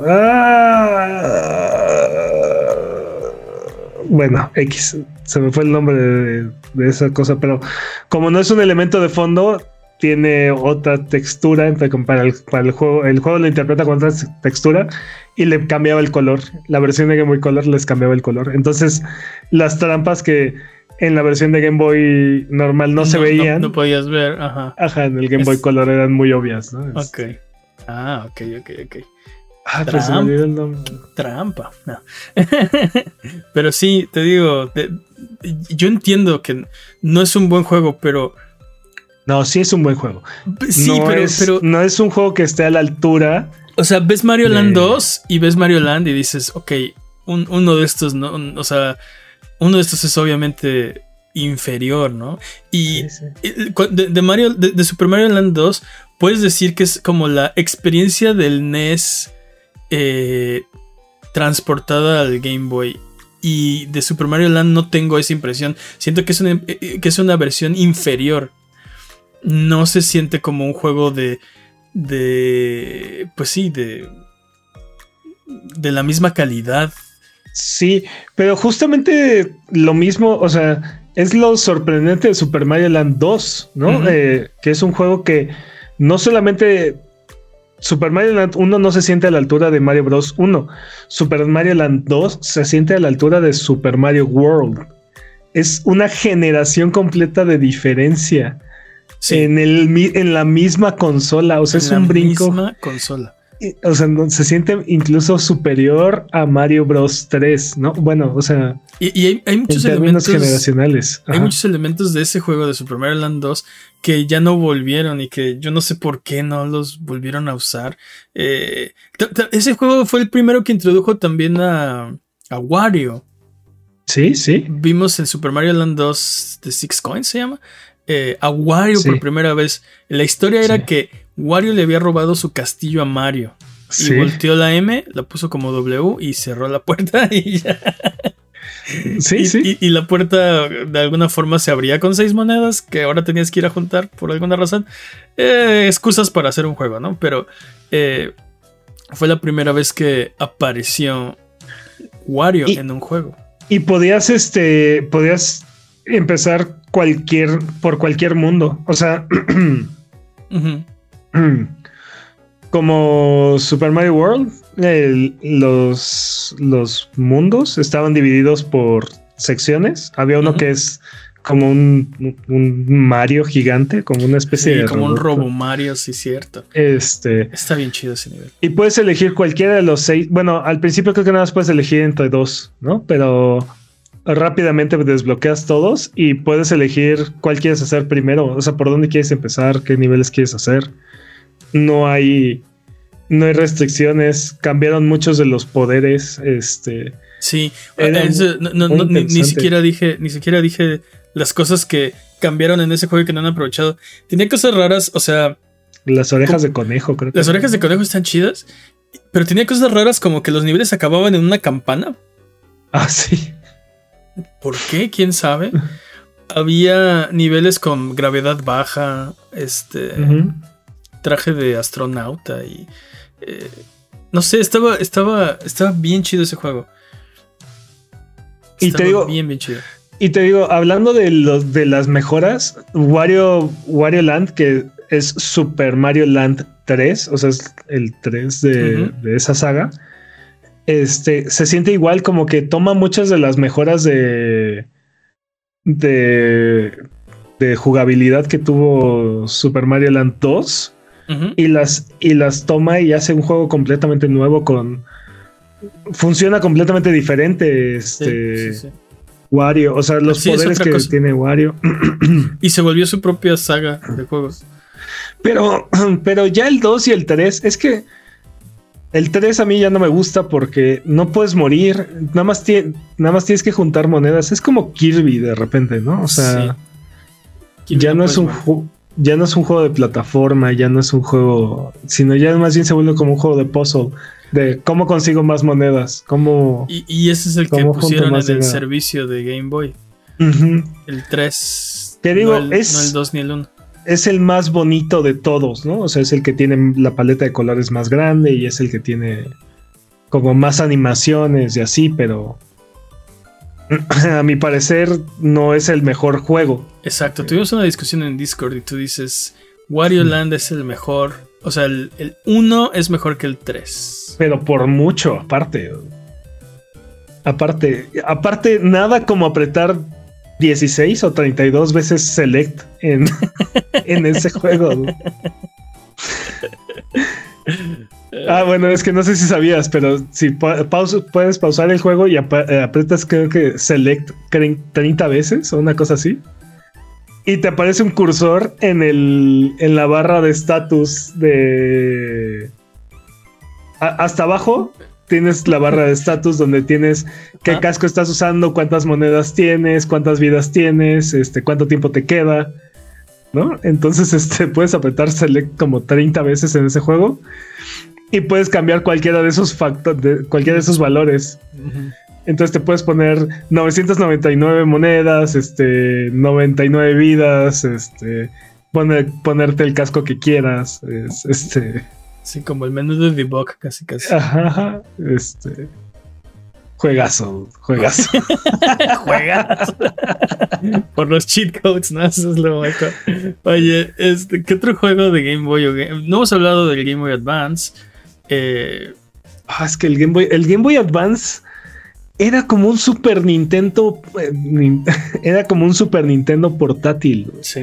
Bueno, X. Se me fue el nombre de esa cosa, pero como no es un elemento de fondo, tiene otra textura. Para el juego, el juego lo interpreta con otra textura y le cambiaba el color. La versión de Game Boy Color les cambiaba el color. Entonces, las trampas que en la versión de Game Boy normal no se veían. No podías ver, ajá. Ajá, en el Game Boy Color eran muy obvias, ¿no? Ok. Ok. Pues se me olvidó el nombre. Trampa. No. Pero sí, te digo, yo entiendo que no es un buen juego, pero. No, sí es un buen juego. Sí, pero no es un juego que esté a la altura. O sea, ves Mario Land 2 y ves Mario Land y dices, ok, uno de estos, ¿no? O sea, uno de estos es obviamente inferior, ¿no? Y sí. de Super Mario Land 2 puedes decir que es como la experiencia del NES transportada al Game Boy. Y de Super Mario Land no tengo esa impresión. Siento que es una versión inferior. No se siente como un juego pues sí, de la misma calidad. Sí, pero justamente lo mismo, o sea, es lo sorprendente de Super Mario Land 2, ¿no? Que es un juego que no solamente Super Mario Land 1 no se siente a la altura de Mario Bros. 1. Super Mario Land 2 se siente a la altura de Super Mario World. Es una generación completa de diferencia. Sí. En la misma consola. O sea, es un brinco. En la misma consola. O sea, se siente incluso superior a Mario Bros 3, ¿no? Bueno, o sea, y hay muchos elementos generacionales. Hay muchos elementos de ese juego de Super Mario Land 2 que ya no volvieron y que yo no sé por qué no los volvieron a usar. Ese juego fue el primero que introdujo también a Wario. Sí. Vimos en Super Mario Land 2 The Six Coins, se llama. A Wario por primera vez. La historia era que Wario le había robado su castillo a Mario. Y volteó la M, la puso como W y cerró la puerta y ya. Y la puerta de alguna forma se abría con 6 monedas que ahora tenías que ir a juntar por alguna razón. Excusas para hacer un juego, ¿no? Pero fue la primera vez que apareció Wario en un juego. Y podías empezar por cualquier mundo. O sea, como Super Mario World, los mundos estaban divididos por secciones. Había uno que es como un Mario gigante, como una especie de como robot. Un Robo Mario, sí, cierto. Está bien chido ese nivel. Y puedes elegir cualquiera de los 6. Bueno, al principio creo que nada más puedes elegir entre 2, ¿no? Pero rápidamente desbloqueas todos y puedes elegir cuál quieres hacer primero. O sea, por dónde quieres empezar, qué niveles quieres hacer. No hay restricciones. Cambiaron muchos de los poderes. Sí, ni siquiera dije las cosas que cambiaron en ese juego y que no han aprovechado. Tenía cosas raras, o sea, las orejas de conejo, creo que. Las orejas de conejo están chidas, pero tenía cosas raras como que los niveles acababan en una campana. Ah, sí. ¿Por qué? ¿Quién sabe? Había niveles con gravedad baja, traje de astronauta y no sé, estaba bien chido ese juego. Y te digo, bien chido. Y te digo, hablando de las mejoras, Wario Land, que es Super Mario Land 3, o sea, es el 3 de esa saga. Se siente igual, como que toma muchas de las mejoras de jugabilidad que tuvo Super Mario Land 2 y las toma y hace un juego completamente nuevo con funciona completamente diferente. Wario, o sea, los poderes que tiene Wario. Y se volvió su propia saga de juegos. Pero ya el 2 y el 3, es que el 3 a mí ya no me gusta porque no puedes morir, nada más tienes que juntar monedas. Es como Kirby de repente, ¿no? O sea, ya no es un juego de plataforma, ya no es un juego, sino ya más bien se vuelve como un juego de puzzle, de cómo consigo más monedas, cómo... Y ese es el que pusieron en el servicio de Game Boy. Uh-huh. El 3, te digo, no el 2 ni el 1. Es el más bonito de todos, ¿no? O sea, es el que tiene la paleta de colores más grande y es el que tiene como más animaciones y así, pero a mi parecer no es el mejor juego. Exacto, tuvimos una discusión en Discord y tú dices, Wario Land es el mejor, o sea, el 1 es mejor que el 3. Pero por mucho, aparte, nada como apretar 16 o 32 veces select en ese juego. Bueno, es que no sé si sabías, pero si puedes pausar el juego y aprietas, creo que select 30 veces o una cosa así, y te aparece un cursor en la barra de estatus de hasta abajo. Tienes la barra de estatus donde tienes qué casco estás usando, cuántas monedas tienes, cuántas vidas tienes, cuánto tiempo te queda, ¿no? Entonces puedes apretar select como 30 veces en ese juego y puedes cambiar cualquiera de esos cualquiera de esos valores. Uh-huh. Entonces te puedes poner 999 monedas, 99 vidas, ponerte el casco que quieras, Sí, como el menú de debug, casi. Ajá, Juegazo. Juegazo. Por los cheat codes, ¿no? Eso es lo mejor. Oye, ¿qué otro juego de Game Boy? No hemos hablado del Game Boy Advance. Es que el Game Boy Advance era como un Super Nintendo. Era como un Super Nintendo portátil. Sí.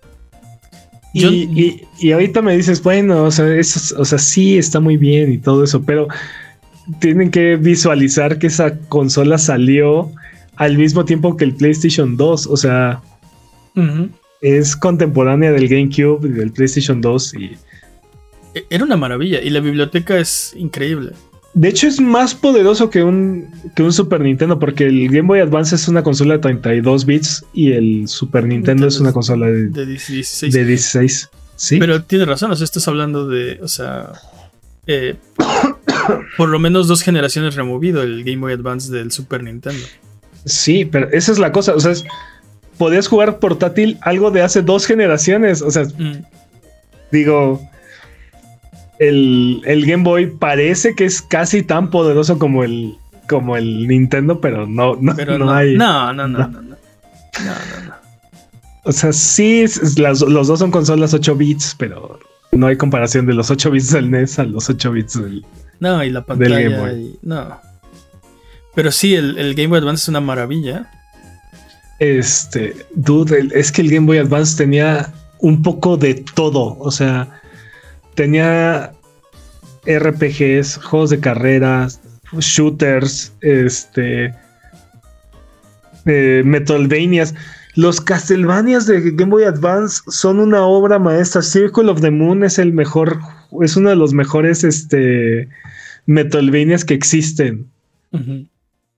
Y ahorita me dices, bueno, o sea, sí está muy bien y todo eso, pero tienen que visualizar que esa consola salió al mismo tiempo que el PlayStation 2, o sea, uh-huh. Es contemporánea del GameCube y del PlayStation 2 y... Era una maravilla y la biblioteca es increíble. De hecho es más poderoso que un Super Nintendo, porque el Game Boy Advance es una consola de 32 bits y el Super Nintendo es una consola de 16. ¿Sí? Pero tienes razón, o sea, estás hablando de, o sea, por lo menos 2 generaciones removido el Game Boy Advance del Super Nintendo. Sí, pero esa es la cosa, o sea, podías jugar portátil algo de hace 2 generaciones, o sea, digo... El Game Boy parece que es casi tan poderoso como el Nintendo, pero no hay. No. O sea, sí, los dos son consolas 8 bits, pero no hay comparación de los 8 bits del NES a los 8 bits del. No, y la pantalla. Del Game Boy. No. Pero sí, el Game Boy Advance es una maravilla. Dude, es que el Game Boy Advance tenía un poco de todo, o sea. Tenía RPGs, juegos de carreras, shooters, Metroidvanias. Los Castlevanias de Game Boy Advance son una obra maestra. Circle of the Moon es uno de los mejores Metroidvanias que existen. Uh-huh.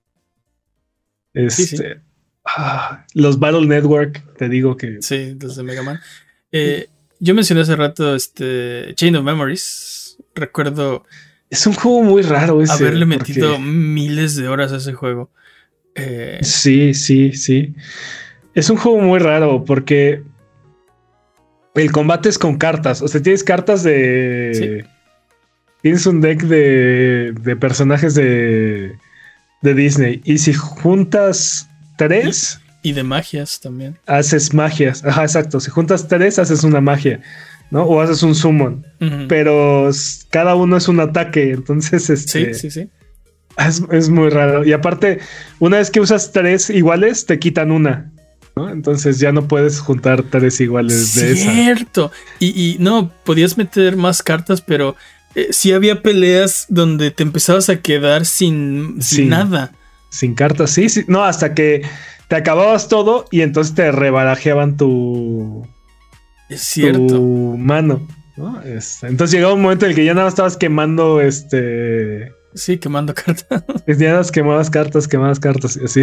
Sí. Los Battle Network, te digo que... Sí, los de Mega Man. Yo mencioné hace rato Chain of Memories. Recuerdo... Es un juego muy raro ese. Haberle metido miles de horas a ese juego. Sí. Es un juego muy raro porque el combate es con cartas. O sea, tienes cartas de... Sí. Tienes un deck de personajes de Disney. Y si juntas 3... Y de magias también. Haces magias. Ajá, exacto. Si juntas 3, haces una magia, ¿no? O haces un summon. Uh-huh. Pero cada uno es un ataque. Entonces, Sí. Es muy raro. Y aparte, una vez que usas 3 iguales, te quitan una, ¿no? Entonces ya no puedes juntar 3 iguales de esa. Cierto. Y no, podías meter más cartas, pero sí había peleas donde te empezabas a quedar sin nada. Sin cartas, sí. No, hasta que te acababas todo y entonces te rebarajeaban tu... Es cierto. Tu mano, ¿no? Entonces llegaba un momento en el que ya nada más estabas quemando Sí, quemando cartas. Ya nada más quemabas cartas y así.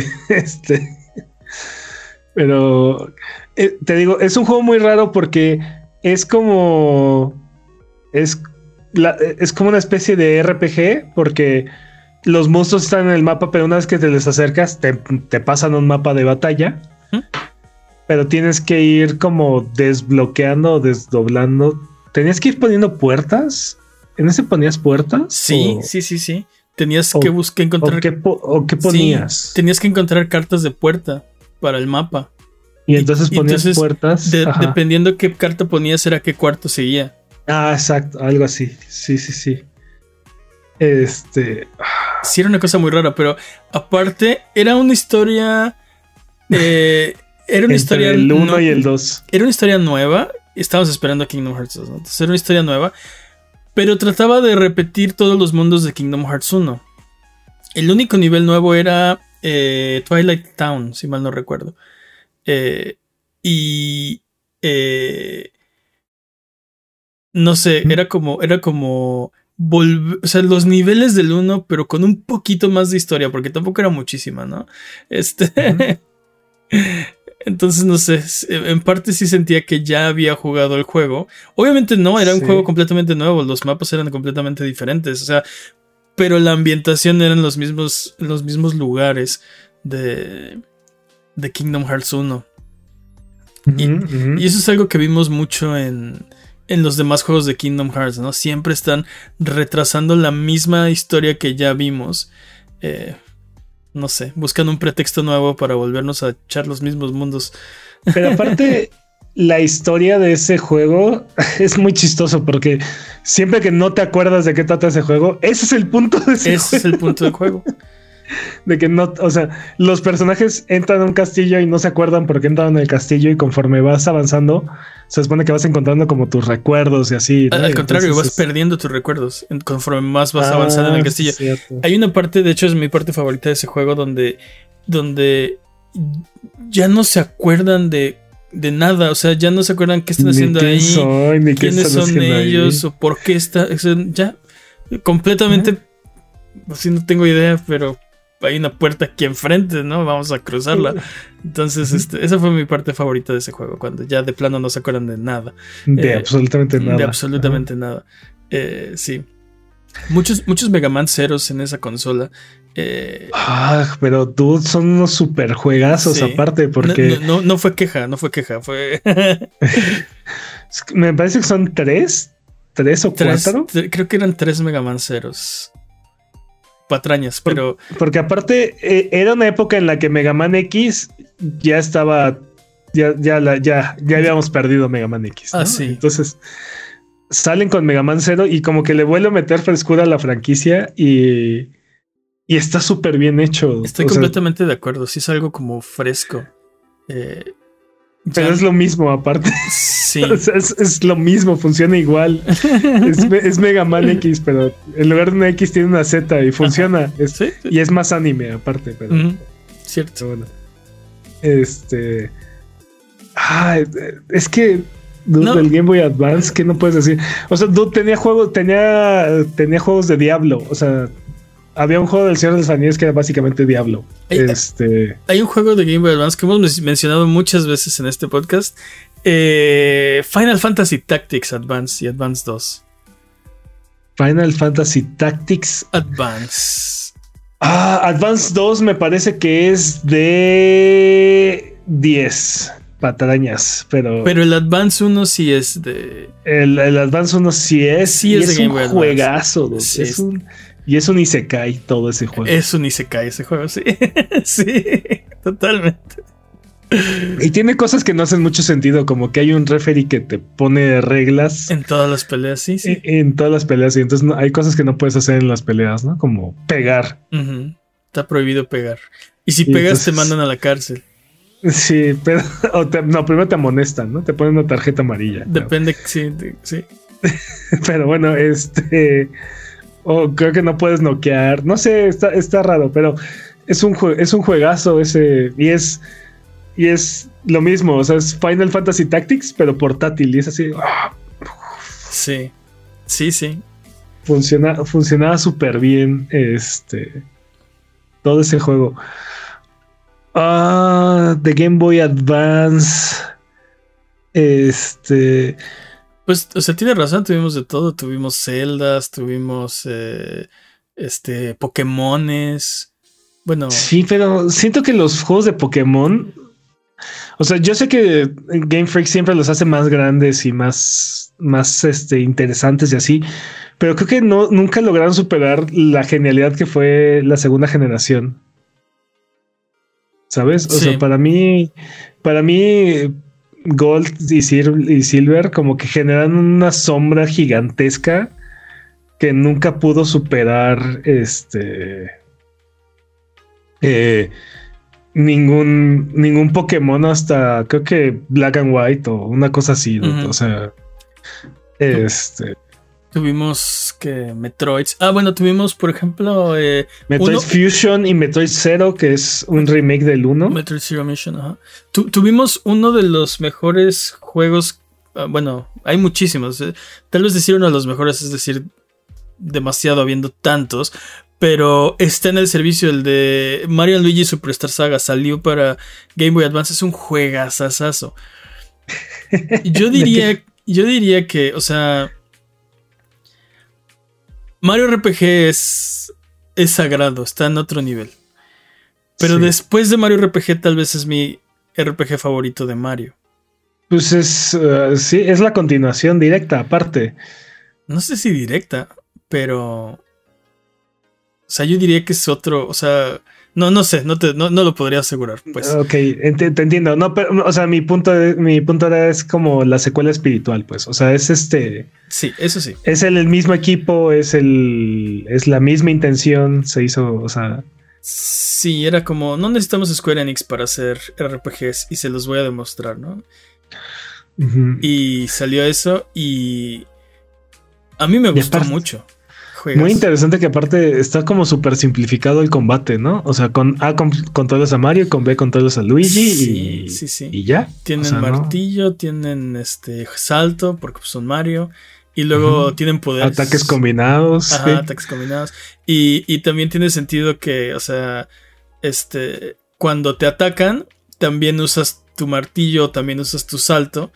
Pero te digo, es un juego muy raro porque es como... Es como una especie de RPG porque los monstruos están en el mapa, pero una vez que te les acercas te pasan un mapa de batalla. ¿Mm? Pero tienes que ir como desbloqueando o desdoblando. ¿Tenías que ir poniendo puertas? ¿En ese ponías puertas? Sí. Tenías que encontrar... ¿O qué ponías? Sí, tenías que encontrar cartas de puerta para el mapa. Y entonces ponías puertas. Dependiendo qué carta ponías era qué cuarto seguía. Ah, exacto, algo así. Sí. Sí, era una cosa muy rara, pero aparte era una historia... era una historia... El 1 y el 2. Era una historia nueva. Estábamos esperando a Kingdom Hearts 2, ¿no? Entonces era una historia nueva. Pero trataba de repetir todos los mundos de Kingdom Hearts 1. El único nivel nuevo era Twilight Town, si mal no recuerdo. No sé, era como volver, o sea, los niveles del 1, pero con un poquito más de historia, porque tampoco era muchísima, ¿no? Entonces, no sé, en parte sí sentía que ya había jugado el juego. Obviamente no, era un juego completamente nuevo, los mapas eran completamente diferentes, o sea, pero la ambientación eran los mismos lugares de Kingdom Hearts 1. Y eso es algo que vimos mucho en los demás juegos de Kingdom Hearts, ¿no? Siempre están retrasando la misma historia que ya vimos. No sé, buscan un pretexto nuevo para volvernos a echar los mismos mundos. Pero aparte, la historia de ese juego es muy chistoso porque siempre que no te acuerdas de qué trata ese juego, ese es el punto de ese juego. Ese es el punto del juego. De que no, o sea, los personajes entran a un castillo y no se acuerdan por qué entraron en el castillo, y conforme vas avanzando, se supone que vas encontrando como tus recuerdos y así, ¿no? Al contrario, vas perdiendo tus recuerdos conforme más vas avanzando en el castillo. Hay una parte, de hecho es mi parte favorita de ese juego, donde ya no se acuerdan de nada, o sea, ya no se acuerdan qué están haciendo ahí, quiénes son ellos o por qué ya completamente así, no tengo idea, pero hay una puerta aquí enfrente, ¿no? Vamos a cruzarla. Entonces, esa fue mi parte favorita de ese juego, cuando ya de plano no se acuerdan de nada. Absolutamente nada. De absolutamente nada. Sí. Muchos Mega Man ceros en esa consola. Pero tú son unos super juegazos, aparte, porque... No fue queja, fue... Me parece que son tres o cuatro. Creo que eran 3 Mega Man ceros. Patrañas, pero... Porque aparte era una época en la que Mega Man X ya estaba... Ya habíamos perdido Mega Man X, ¿no? Sí. Entonces salen con Mega Man 0 y como que le vuelve a meter frescura a la franquicia y está súper bien hecho. Estoy completamente de acuerdo, sí es algo como fresco. Pero es lo mismo aparte. Sí. O sea, es lo mismo, funciona igual. es Mega Man X, pero en lugar de una X tiene una Z y funciona. Sí. Y es más anime aparte. Pero, cierto. Pero bueno. Es que del Game Boy Advance, ¿qué no puedes decir? O sea, tenía juegos de Diablo. O sea, había un juego del Señor de los Anillos que era básicamente Diablo. Hay un juego de Game Boy Advance que hemos mencionado muchas veces en este podcast. Final Fantasy Tactics Advance y Advance 2. Final Fantasy Tactics Advance. Advance 2 me parece que es de 10 patrañas, pero el Advance 1 sí es de... El Advance 1 sí es. Sí es de Game Boy Advance. Juegazo, sí, y es un isekai todo ese juego. Es un isekai ese juego, sí. Sí, totalmente. Y tiene cosas que no hacen mucho sentido, como que hay un referee que te pone reglas. En todas las peleas, sí. En todas las peleas, y entonces hay cosas que no puedes hacer en las peleas, ¿no? Como pegar. Está prohibido pegar. Y si pegas, entonces te mandan a la cárcel. Sí, pero primero te amonestan, ¿no? Te ponen una tarjeta amarilla. Depende, sí. Pero bueno, creo que no puedes noquear. No sé, está raro, pero es un juegazo ese. Y es lo mismo, o sea, es Final Fantasy Tactics, pero portátil. Y es así. Sí. Funcionaba súper bien todo ese juego. The Game Boy Advance. Pues, o sea, tiene razón, tuvimos de todo. Tuvimos Zeldas, tuvimos Pokémones. Bueno. Sí, pero siento que los juegos de Pokémon. O sea, yo sé que Game Freak siempre los hace más grandes y más interesantes y así. Pero creo que nunca lograron superar la genialidad que fue la segunda generación. ¿Sabes? O sea, para mí, Gold y Silver como que generan una sombra gigantesca que nunca pudo superar ningún Pokémon hasta creo que Black and White o una cosa así, ¿no? O sea, tuvimos que Metroids. Bueno, tuvimos, por ejemplo, Metroid Fusion y Metroid Zero, que es un remake del 1. Metroid Zero Mission, ajá. Tuvimos uno de los mejores juegos. Bueno, hay muchísimos. Tal vez decir uno de los mejores es decir demasiado habiendo tantos. Pero está en el servicio, el de Mario & Luigi Superstar Saga. Salió para Game Boy Advance. Es un juegazazazo. Yo diría que, o sea, Mario RPG es sagrado, está en otro nivel. Pero después de Mario RPG, tal vez es mi RPG favorito de Mario. Pues sí, es la continuación directa, aparte. No sé si directa, pero... O sea, yo diría que es otro... O sea, no sé, no lo podría asegurar, pues. Ok, te entiendo. No, pero, o sea, mi punto era es como la secuela espiritual, pues. O sea, es Sí, eso sí. Es el mismo equipo, es la misma intención, se hizo, o sea... Sí, era como, no necesitamos Square Enix para hacer RPGs y se los voy a demostrar, ¿no? Uh-huh. Y salió eso y a mí me gustó mucho. Juegas. Muy interesante que aparte está como súper simplificado el combate, ¿no? O sea, con A controlas a Mario, con B controlas a Luigi sí. Y ya. Tienen martillo, tienen salto, porque son Mario. Y luego tienen poderes. Ataques combinados. Ajá, sí. Ataques combinados. Y también tiene sentido que, o sea, cuando te atacan, también usas tu martillo, también usas tu salto.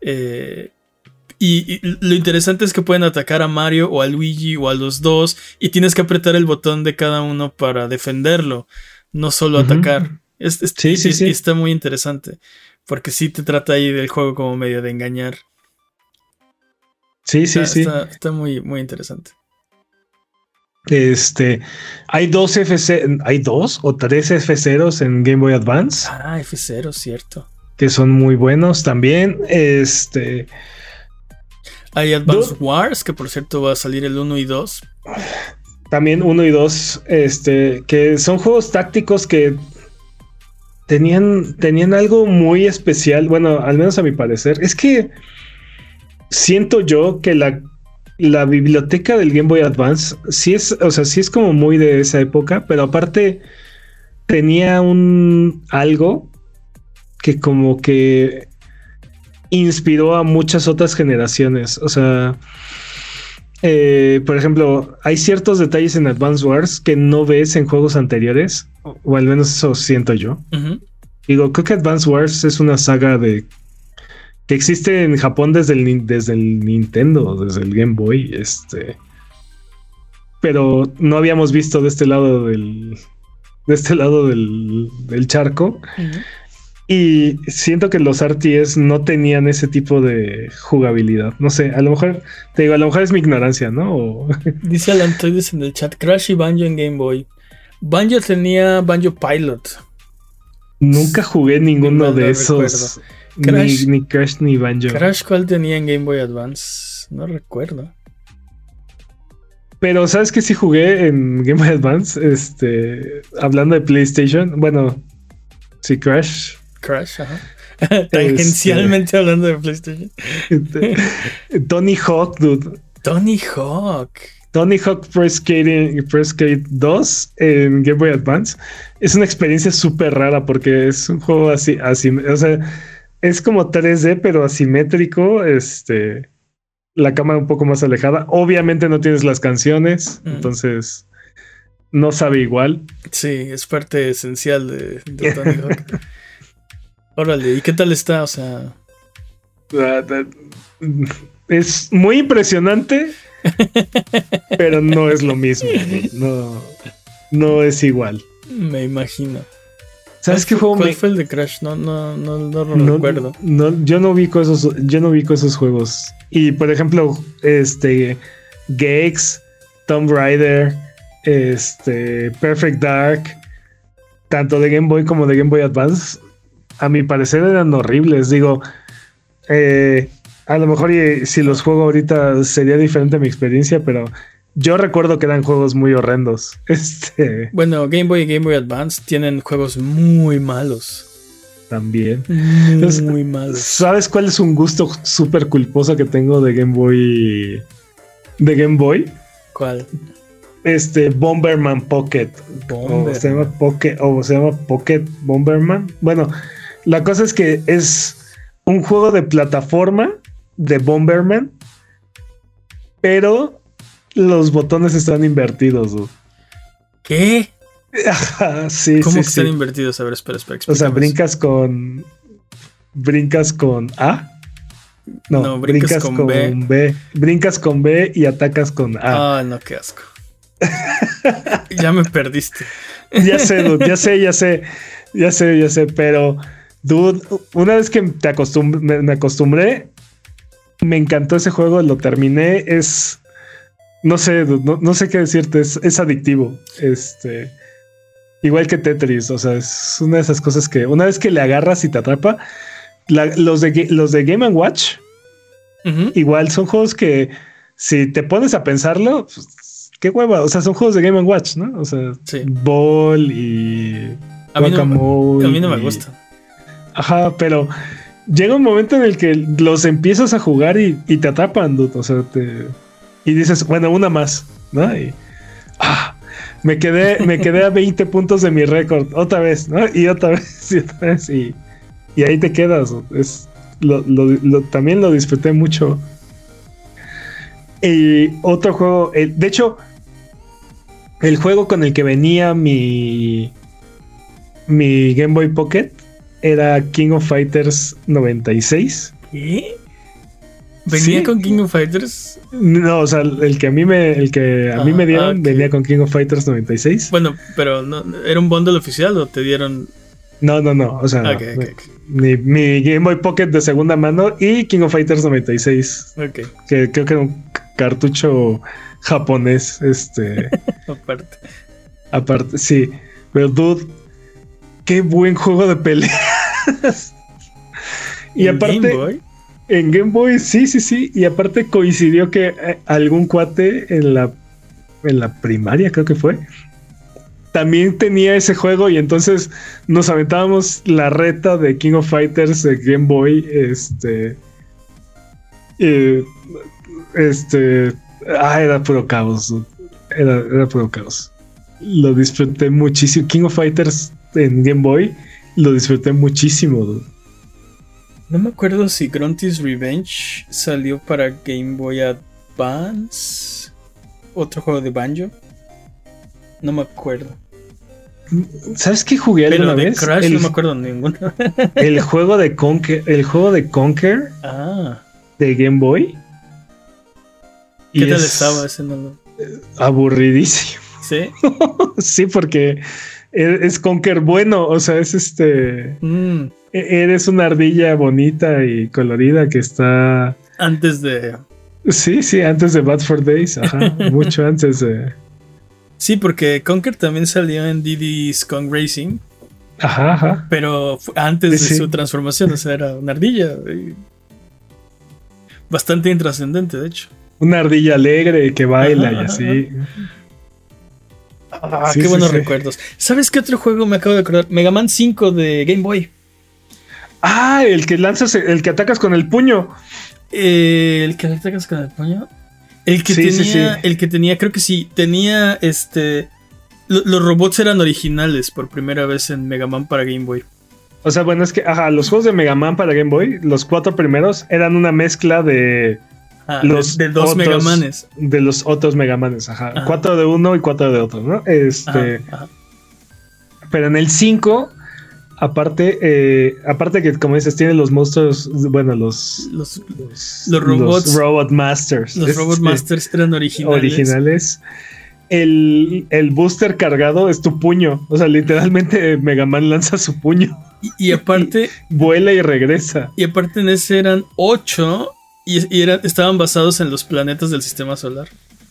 Y lo interesante es que pueden atacar a Mario o a Luigi o a los dos. Y tienes que apretar el botón de cada uno para defenderlo. No solo atacar. Sí. Está muy interesante. Porque sí te trata ahí del juego como medio de engañar. Sí. Está muy, muy interesante. Hay dos o tres F0s en Game Boy Advance. F0, cierto. Que son muy buenos también. Hay Advance Wars, que por cierto va a salir el 1 y 2. También 1 y 2, que son juegos tácticos que tenían algo muy especial. Bueno, al menos a mi parecer. Es que siento yo que la biblioteca del Game Boy Advance sí es como muy de esa época, pero aparte tenía algo que como que inspiró a muchas otras generaciones. O sea, por ejemplo, hay ciertos detalles en Advance Wars que no ves en juegos anteriores, o al menos eso siento yo. Uh-huh. Digo, creo que Advance Wars es una saga que existe en Japón desde el Nintendo, desde el Game Boy, pero no habíamos visto de este lado del charco. Uh-huh. Y siento que los RTS no tenían ese tipo de jugabilidad. No sé, a lo mejor es mi ignorancia, ¿no? Dice Alantoides en el chat, Crash y Banjo en Game Boy. Banjo tenía Banjo Pilot. Nunca jugué ninguno de esos. Ni Crash ni Banjo. ¿Crash cuál tenía en Game Boy Advance? No recuerdo. Pero ¿sabes qué? Sí jugué en Game Boy Advance. Hablando de PlayStation. Bueno, sí, Crash. Crash, ajá. Tangencialmente hablando de PlayStation. Tony Hawk, dude. Tony Hawk. Tony Hawk Pro Skate 2 en Game Boy Advance es una experiencia súper rara porque es un juego así, o sea, es como 3D pero asimétrico, la cámara un poco más alejada. Obviamente no tienes las canciones, entonces no sabe igual. Sí, es parte esencial de Tony Hawk. Órale, ¿y qué tal está? O sea, es muy impresionante. Pero no es lo mismo. No es igual. Me imagino. ¿Sabes qué juego? ¿Cuál fue el de Crash? No lo recuerdo. Yo no ubico esos juegos. Y por ejemplo, Gex, Tomb Raider, Perfect Dark, tanto de Game Boy como de Game Boy Advance, a mi parecer eran horribles. Digo, a lo mejor si los juego ahorita sería diferente mi experiencia, pero yo recuerdo que eran juegos muy horrendos. Bueno, Game Boy y Game Boy Advance tienen juegos muy malos. También. Muy malos. ¿Sabes cuál es un gusto súper culposo que tengo de Game Boy? ¿Cuál? Bomberman Pocket. O se llama Pocket Bomberman. Bueno, la cosa es que es un juego de plataforma de Bomberman, pero los botones están invertidos, dude. ¿Qué? Sí, ¿Cómo sí, que están invertidos? A ver, espera. O sea, brincas con A. No, brincas con B. Brincas con B y atacas con A. Ah, no, qué asco. Ya me perdiste. Ya sé, dude, ya sé, pero dude, una vez que me acostumbré, me encantó ese juego, lo terminé, no sé, dude, no sé qué decirte, es adictivo, igual que Tetris, o sea, es una de esas cosas que una vez que le agarras y te atrapa, los de Game & Watch, igual son juegos que si te pones a pensarlo, pues, qué hueva, o sea, son juegos de Game & Watch, ¿no? O sea, sí. Ball y Guacamole. A mí no me gusta. Ajá, pero llega un momento en el que los empiezas a jugar y te atrapan, dude, o sea, y dices, bueno, una más, ¿no? Y me quedé a 20 puntos de mi récord, otra vez, ¿no? Y otra vez, y ahí te quedas. También lo disfruté mucho. Y otro juego, de hecho, el juego con el que venía mi Game Boy Pocket era King of Fighters 96. ¿Qué? ¿Venía con King of Fighters? No, o sea, el que a mí me dieron venía con King of Fighters 96. Bueno, pero no, ¿era un bundle oficial o te dieron? No, o sea, okay. Mi Game Boy Pocket de segunda mano y King of Fighters 96. Okay. Que creo que era un cartucho japonés, Aparte, sí. Pero dude, qué buen juego de peleas. Y aparte, Game Boy? En Game Boy, sí. Y aparte coincidió que algún cuate en la primaria, creo que fue, también tenía ese juego y entonces nos aventábamos la reta de King of Fighters de Game Boy. Era puro caos. Era puro caos. Lo disfruté muchísimo. King of Fighters en Game Boy lo disfruté muchísimo, dude. No me acuerdo si Grunty's Revenge salió para Game Boy Advance. Otro juego de Banjo. No me acuerdo. ¿Sabes qué jugué alguna vez? Crash no me acuerdo ninguno. El juego de Conker. De Game Boy. ¿Qué tal estaba ese? Aburridísimo. ¿Sí? Sí, porque es Conker bueno. O sea, es eres una ardilla bonita y colorida que está... Antes de... Sí, antes de Bad for Days. Ajá, mucho antes de... Sí, porque Conker también salió en Diddy's Kong Racing. Ajá. Pero antes de su transformación, o sea, era una ardilla. Bastante intrascendente, de hecho. Una ardilla alegre que baila y así. Qué buenos recuerdos. ¿Sabes qué otro juego me acabo de acordar? Mega Man 5 de Game Boy. Ah, el que lanzas, el que atacas con el puño. El que atacas con el puño. El que tenía, el que tenía, creo que sí, tenía los robots eran originales por primera vez en Mega Man para Game Boy. O sea, bueno, es que, los juegos de Mega Man para Game Boy, los 4 primeros, eran una mezcla de de dos Mega Manes. De los otros Mega Manes, 4 de uno y 4 de otro, ¿no? Pero en el 5, aparte que, como dices, tiene los monstruos, bueno, los robots. Los Robot Masters. Los Robot Masters eran originales. El booster cargado es tu puño. O sea, literalmente Mega Man lanza su puño. Y aparte... vuela y regresa. Y aparte en ese eran 8 y estaban basados en los planetas del sistema solar.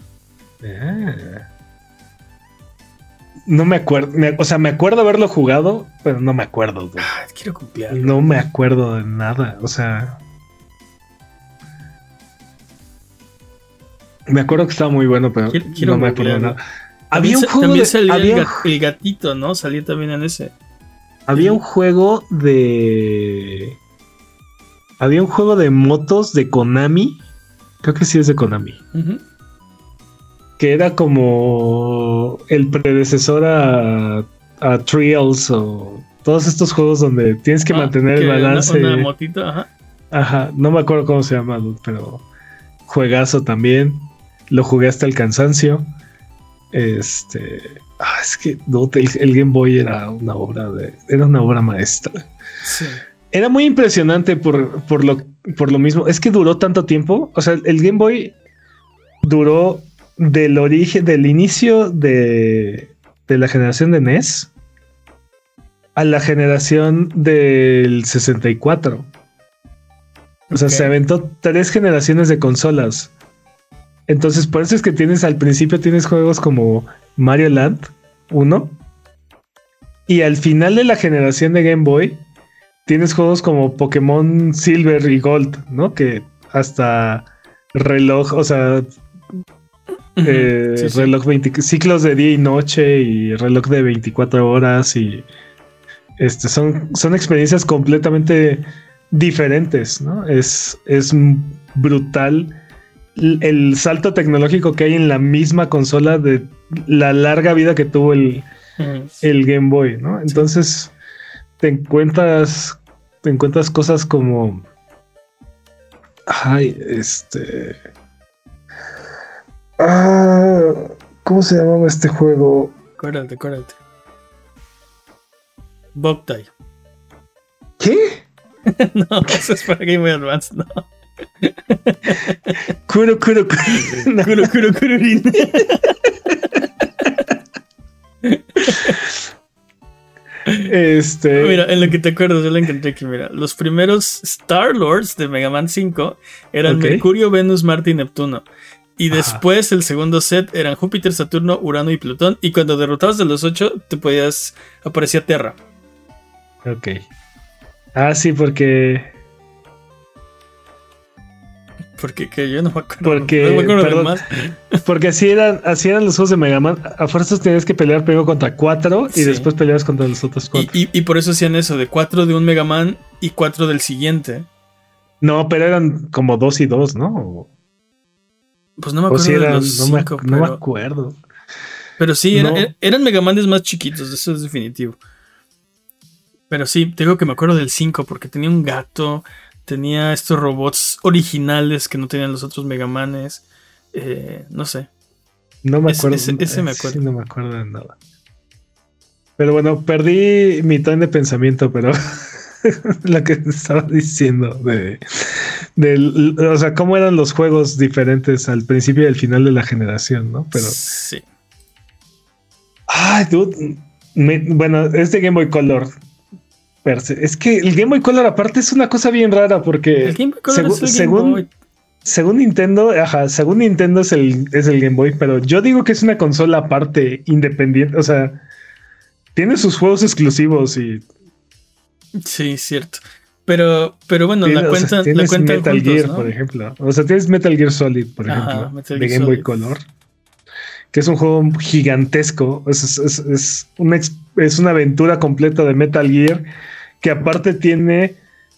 No me acuerdo. O sea, me acuerdo haberlo jugado, pero no me acuerdo. Quiero copiarlo. No me acuerdo de nada. O sea... Me acuerdo que estaba muy bueno, pero no me acuerdo nada. Había un juego también salía el gatito, ¿no? Salía también en ese. Había un juego de... Había un juego de motos de Konami. Creo que sí es de Konami. Que era como el predecesor a Trials o todos estos juegos donde tienes que mantener el balance. Una motito, no me acuerdo cómo se llama, pero juegazo también. Lo jugué hasta el cansancio. Es que no, el Game Boy era una obra maestra. Sí. Era muy impresionante por lo mismo. Es que duró tanto tiempo. O sea, el Game Boy duró del inicio de la generación de NES a la generación del 64. O sea, se aventó 3 generaciones de consolas. Entonces, por eso es que al principio tienes juegos como Mario Land 1. Y al final de la generación de Game Boy, tienes juegos como Pokémon Silver y Gold, ¿no? Que hasta reloj, o sea, reloj 20, ciclos de día y noche y reloj de 24 horas. Y son experiencias completamente diferentes, ¿no? Es brutal el salto tecnológico que hay en la misma consola de la larga vida que tuvo el Game Boy, ¿no? Entonces te encuentras cosas como ¿cómo se llamaba este juego? Acuérdate. Boktai. ¿Qué? No, eso es para Game Boy Advance, no. Kuro Kururin. Mira, en lo que te acuerdas, yo le encontré aquí, mira. Los primeros Star Lords de Mega Man 5 eran Mercurio, Venus, Marte y Neptuno. Y después el segundo set eran Júpiter, Saturno, Urano y Plutón. Y cuando derrotabas de los 8, aparecía Terra. Ok. Sí, porque que yo no me acuerdo de más. Porque así eran los juegos de Mega Man. A fuerzas tenías que pelear primero contra 4 y después peleabas contra los otros 4. Y por eso hacían eso, de 4 de un Mega Man y 4 del siguiente. No, pero eran como 2 y 2, ¿no? Pues no me acuerdo de los 5. No me acuerdo. Pero sí, eran Mega Manes más chiquitos, eso es definitivo. Pero sí, te digo que me acuerdo del 5 porque tenía un gato, tenía estos robots originales que no tenían los otros Mega Manes. No sé. No me acuerdo. Ese me acuerdo. Sí, no me acuerdo de nada. Pero bueno, perdí mi tono de pensamiento, pero lo que estaba diciendo o sea, cómo eran los juegos diferentes al principio y al final de la generación, ¿no? Pero sí. Dude, bueno, este Game Boy Color. Es que el Game Boy Color aparte es una cosa bien rara porque el Game Boy Color es el Game Boy. Según Nintendo es el Game Boy, pero yo digo que es una consola aparte, independiente, o sea, tiene sus juegos exclusivos y sí, cierto. Pero bueno, la cuentan Metal juntos, Gear, ¿no? Por ejemplo. O sea, tienes Metal Gear Solid, por ejemplo, de Game Boy Color, que es un juego gigantesco. Es una aventura completa de Metal Gear que aparte tiene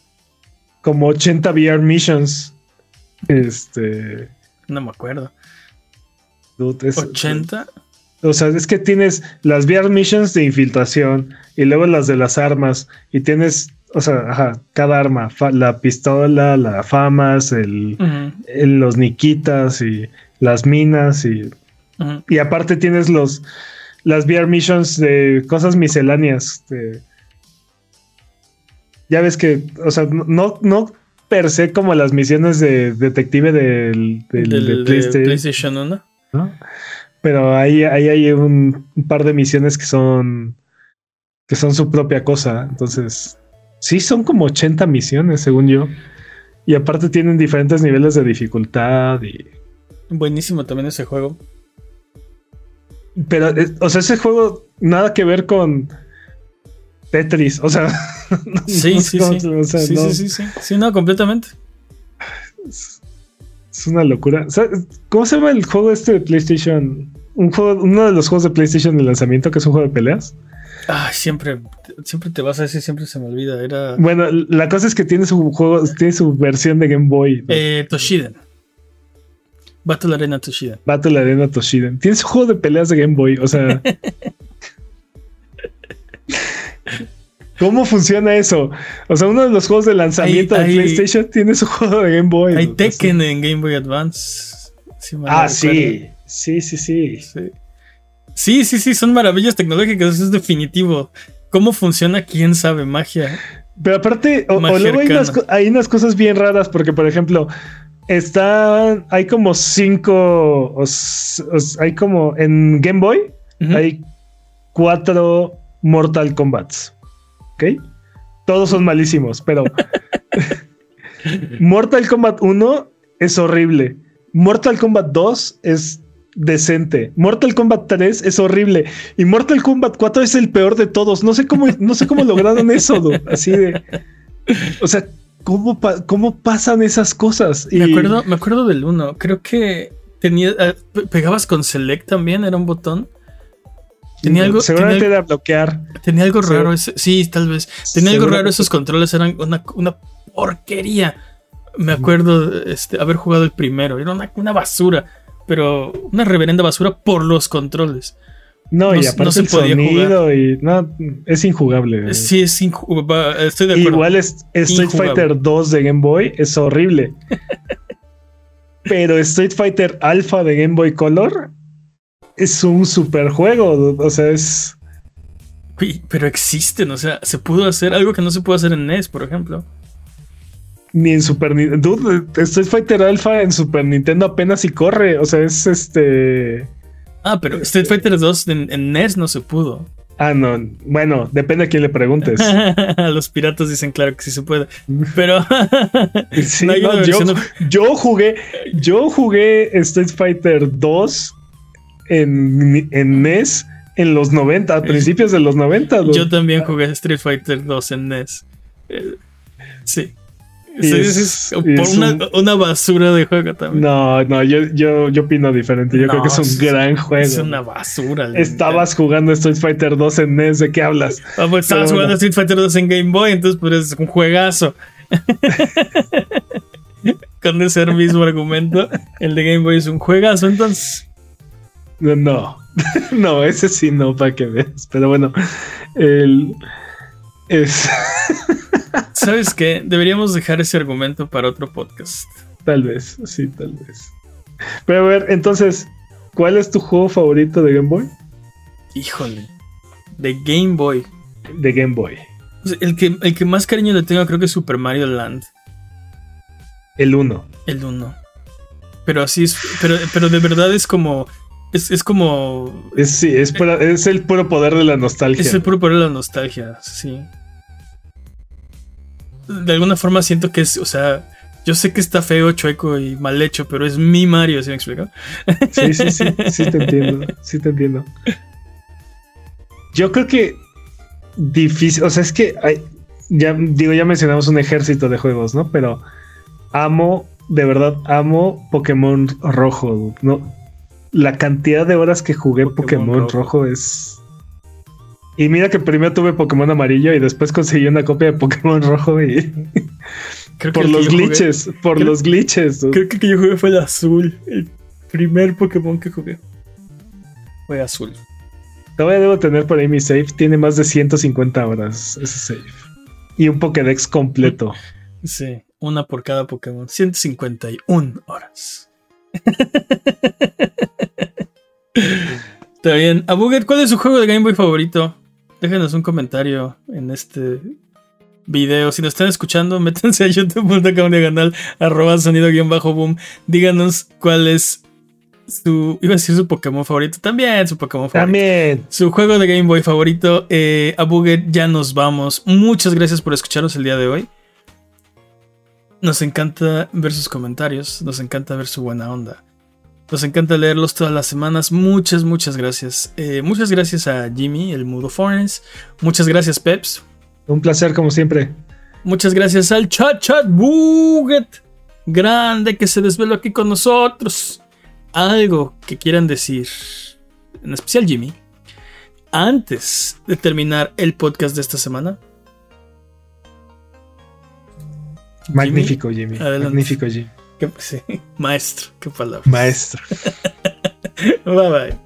como 80 VR missions. No me acuerdo. Dude, ¿80? O sea, es que tienes las VR missions de infiltración y luego las de las armas y tienes, o sea, cada arma, la pistola, la FAMAS, los Nikitas y las minas y aparte tienes las VR missions de cosas misceláneas. Ya ves que, o sea, no per se como las misiones de detective de PlayStation 1, ¿no? Pero ahí hay un par de misiones que son su propia cosa. Entonces, sí, son como 80 misiones, según yo. Y aparte tienen diferentes niveles de dificultad. Buenísimo también ese juego. Pero, o sea, ese juego nada que ver con Tetris. O sea, sí. Sí, no, completamente. Es una locura. ¿Cómo se llama el juego de PlayStation? Uno de los juegos de PlayStation de lanzamiento que es un juego de peleas. Ay, siempre te vas a decir, siempre se me olvida. Bueno, la cosa es que tiene su versión de Game Boy, ¿no? Toshiden. Battle Arena Toshiden. Tiene su juego de peleas de Game Boy, o sea. ¿Cómo funciona eso? O sea, uno de los juegos de lanzamiento de PlayStation tiene su juego de Game Boy. Hay Tekken en Game Boy Advance. Sí. Sí, son maravillas tecnológicas, eso es definitivo. ¿Cómo funciona? ¿Quién sabe? Magia. Pero aparte, o luego hay unas cosas bien raras, porque por ejemplo, hay como 5, hay como en Game Boy, hay 4 Mortal Kombats. ¿Ok? Todos son malísimos, pero Mortal Kombat 1 es horrible. Mortal Kombat 2 es decente. Mortal Kombat 3 es horrible. Y Mortal Kombat 4 es el peor de todos. No sé cómo lograron eso, dude. Así de. O sea, ¿cómo pasan esas cosas? Me acuerdo del 1. Creo que pegabas con Select también, era un botón. Seguramente era bloquear. Tenía algo raro. Sí, tal vez. Tenía algo raro. Esos controles eran una porquería. Me acuerdo haber jugado el primero. Era una basura. Pero una reverenda basura por los controles. No, y aparte el sonido y es injugable. Sí, es injugable. Estoy de acuerdo. Igual Street Fighter 2 de Game Boy es horrible. Pero Street Fighter Alpha de Game Boy Color es un super juego. O sea, es. Pero existen, o sea, se pudo hacer algo que no se puede hacer en NES, por ejemplo. Ni en Super Nintendo. Dude, Street Fighter Alpha en Super Nintendo apenas si corre. O sea, es pero Street Fighter 2 en NES no se pudo. No. Bueno, depende a quién le preguntes. Los piratas dicen claro que sí se puede. Pero. Sí, yo jugué Street Fighter 2 en NES en los 90, a principios de los 90. Dude. Yo también jugué Street Fighter 2 en NES. Sí. Una basura de juego también. No, yo opino diferente. Yo creo que es un gran juego. Es una basura. Estabas jugando Street Fighter 2 en NES, ¿de qué hablas? Pues estabas jugando Street Fighter 2 en Game Boy, entonces pues es un juegazo. Con ese mismo argumento, el de Game Boy es un juegazo, entonces. No, ese sí no, para que veas. Pero bueno, ¿Sabes qué? Deberíamos dejar ese argumento para otro podcast. Tal vez. Pero a ver, entonces, ¿cuál es tu juego favorito de Game Boy? Híjole. De Game Boy. De Game Boy. El que más cariño le tengo creo que es Super Mario Land. El 1. Pero así es. Pero de verdad es como. Es como. Es el puro poder de la nostalgia. Es el puro poder de la nostalgia, sí. De alguna forma siento que es, o sea, yo sé que está feo, chueco y mal hecho, pero es mi Mario, ¿sí me explico? Sí te entiendo. Yo creo que difícil, o sea, es que ya mencionamos un ejército de juegos, ¿no? Pero de verdad amo Pokémon Rojo, ¿no? La cantidad de horas que jugué Pokémon Rojo es Y mira que primero tuve Pokémon amarillo y después conseguí una copia de Pokémon rojo y por los glitches, los glitches. Creo que yo jugué fue el azul. El primer Pokémon que jugué fue azul. Todavía debo tener por ahí mi save. Tiene más de 150 horas ese save. Y un Pokédex completo. Sí, una por cada Pokémon. 151 horas. Está bien. Abuget, ¿cuál es su juego de Game Boy favorito? Déjenos un comentario en este video. Si nos están escuchando, métanse a youtube.com/, @sonido_boom. Díganos cuál es su... Iba a decir su Pokémon favorito. También su Pokémon favorito. También. Su juego de Game Boy favorito. Abuget, ya nos vamos. Muchas gracias por escucharnos el día de hoy. Nos encanta ver sus comentarios. Nos encanta ver su buena onda. Nos encanta leerlos todas las semanas. Muchas gracias. Muchas gracias a Jimmy, el Mudo Fornes. Muchas gracias, Peps. Un placer, como siempre. Muchas gracias al Chat Buget. Grande que se desveló aquí con nosotros. Algo que quieran decir, en especial Jimmy, antes de terminar el podcast de esta semana. Magnífico, Jimmy. Magnífico, Jimmy. Sí, maestro, qué palabra. Maestro. Bye bye.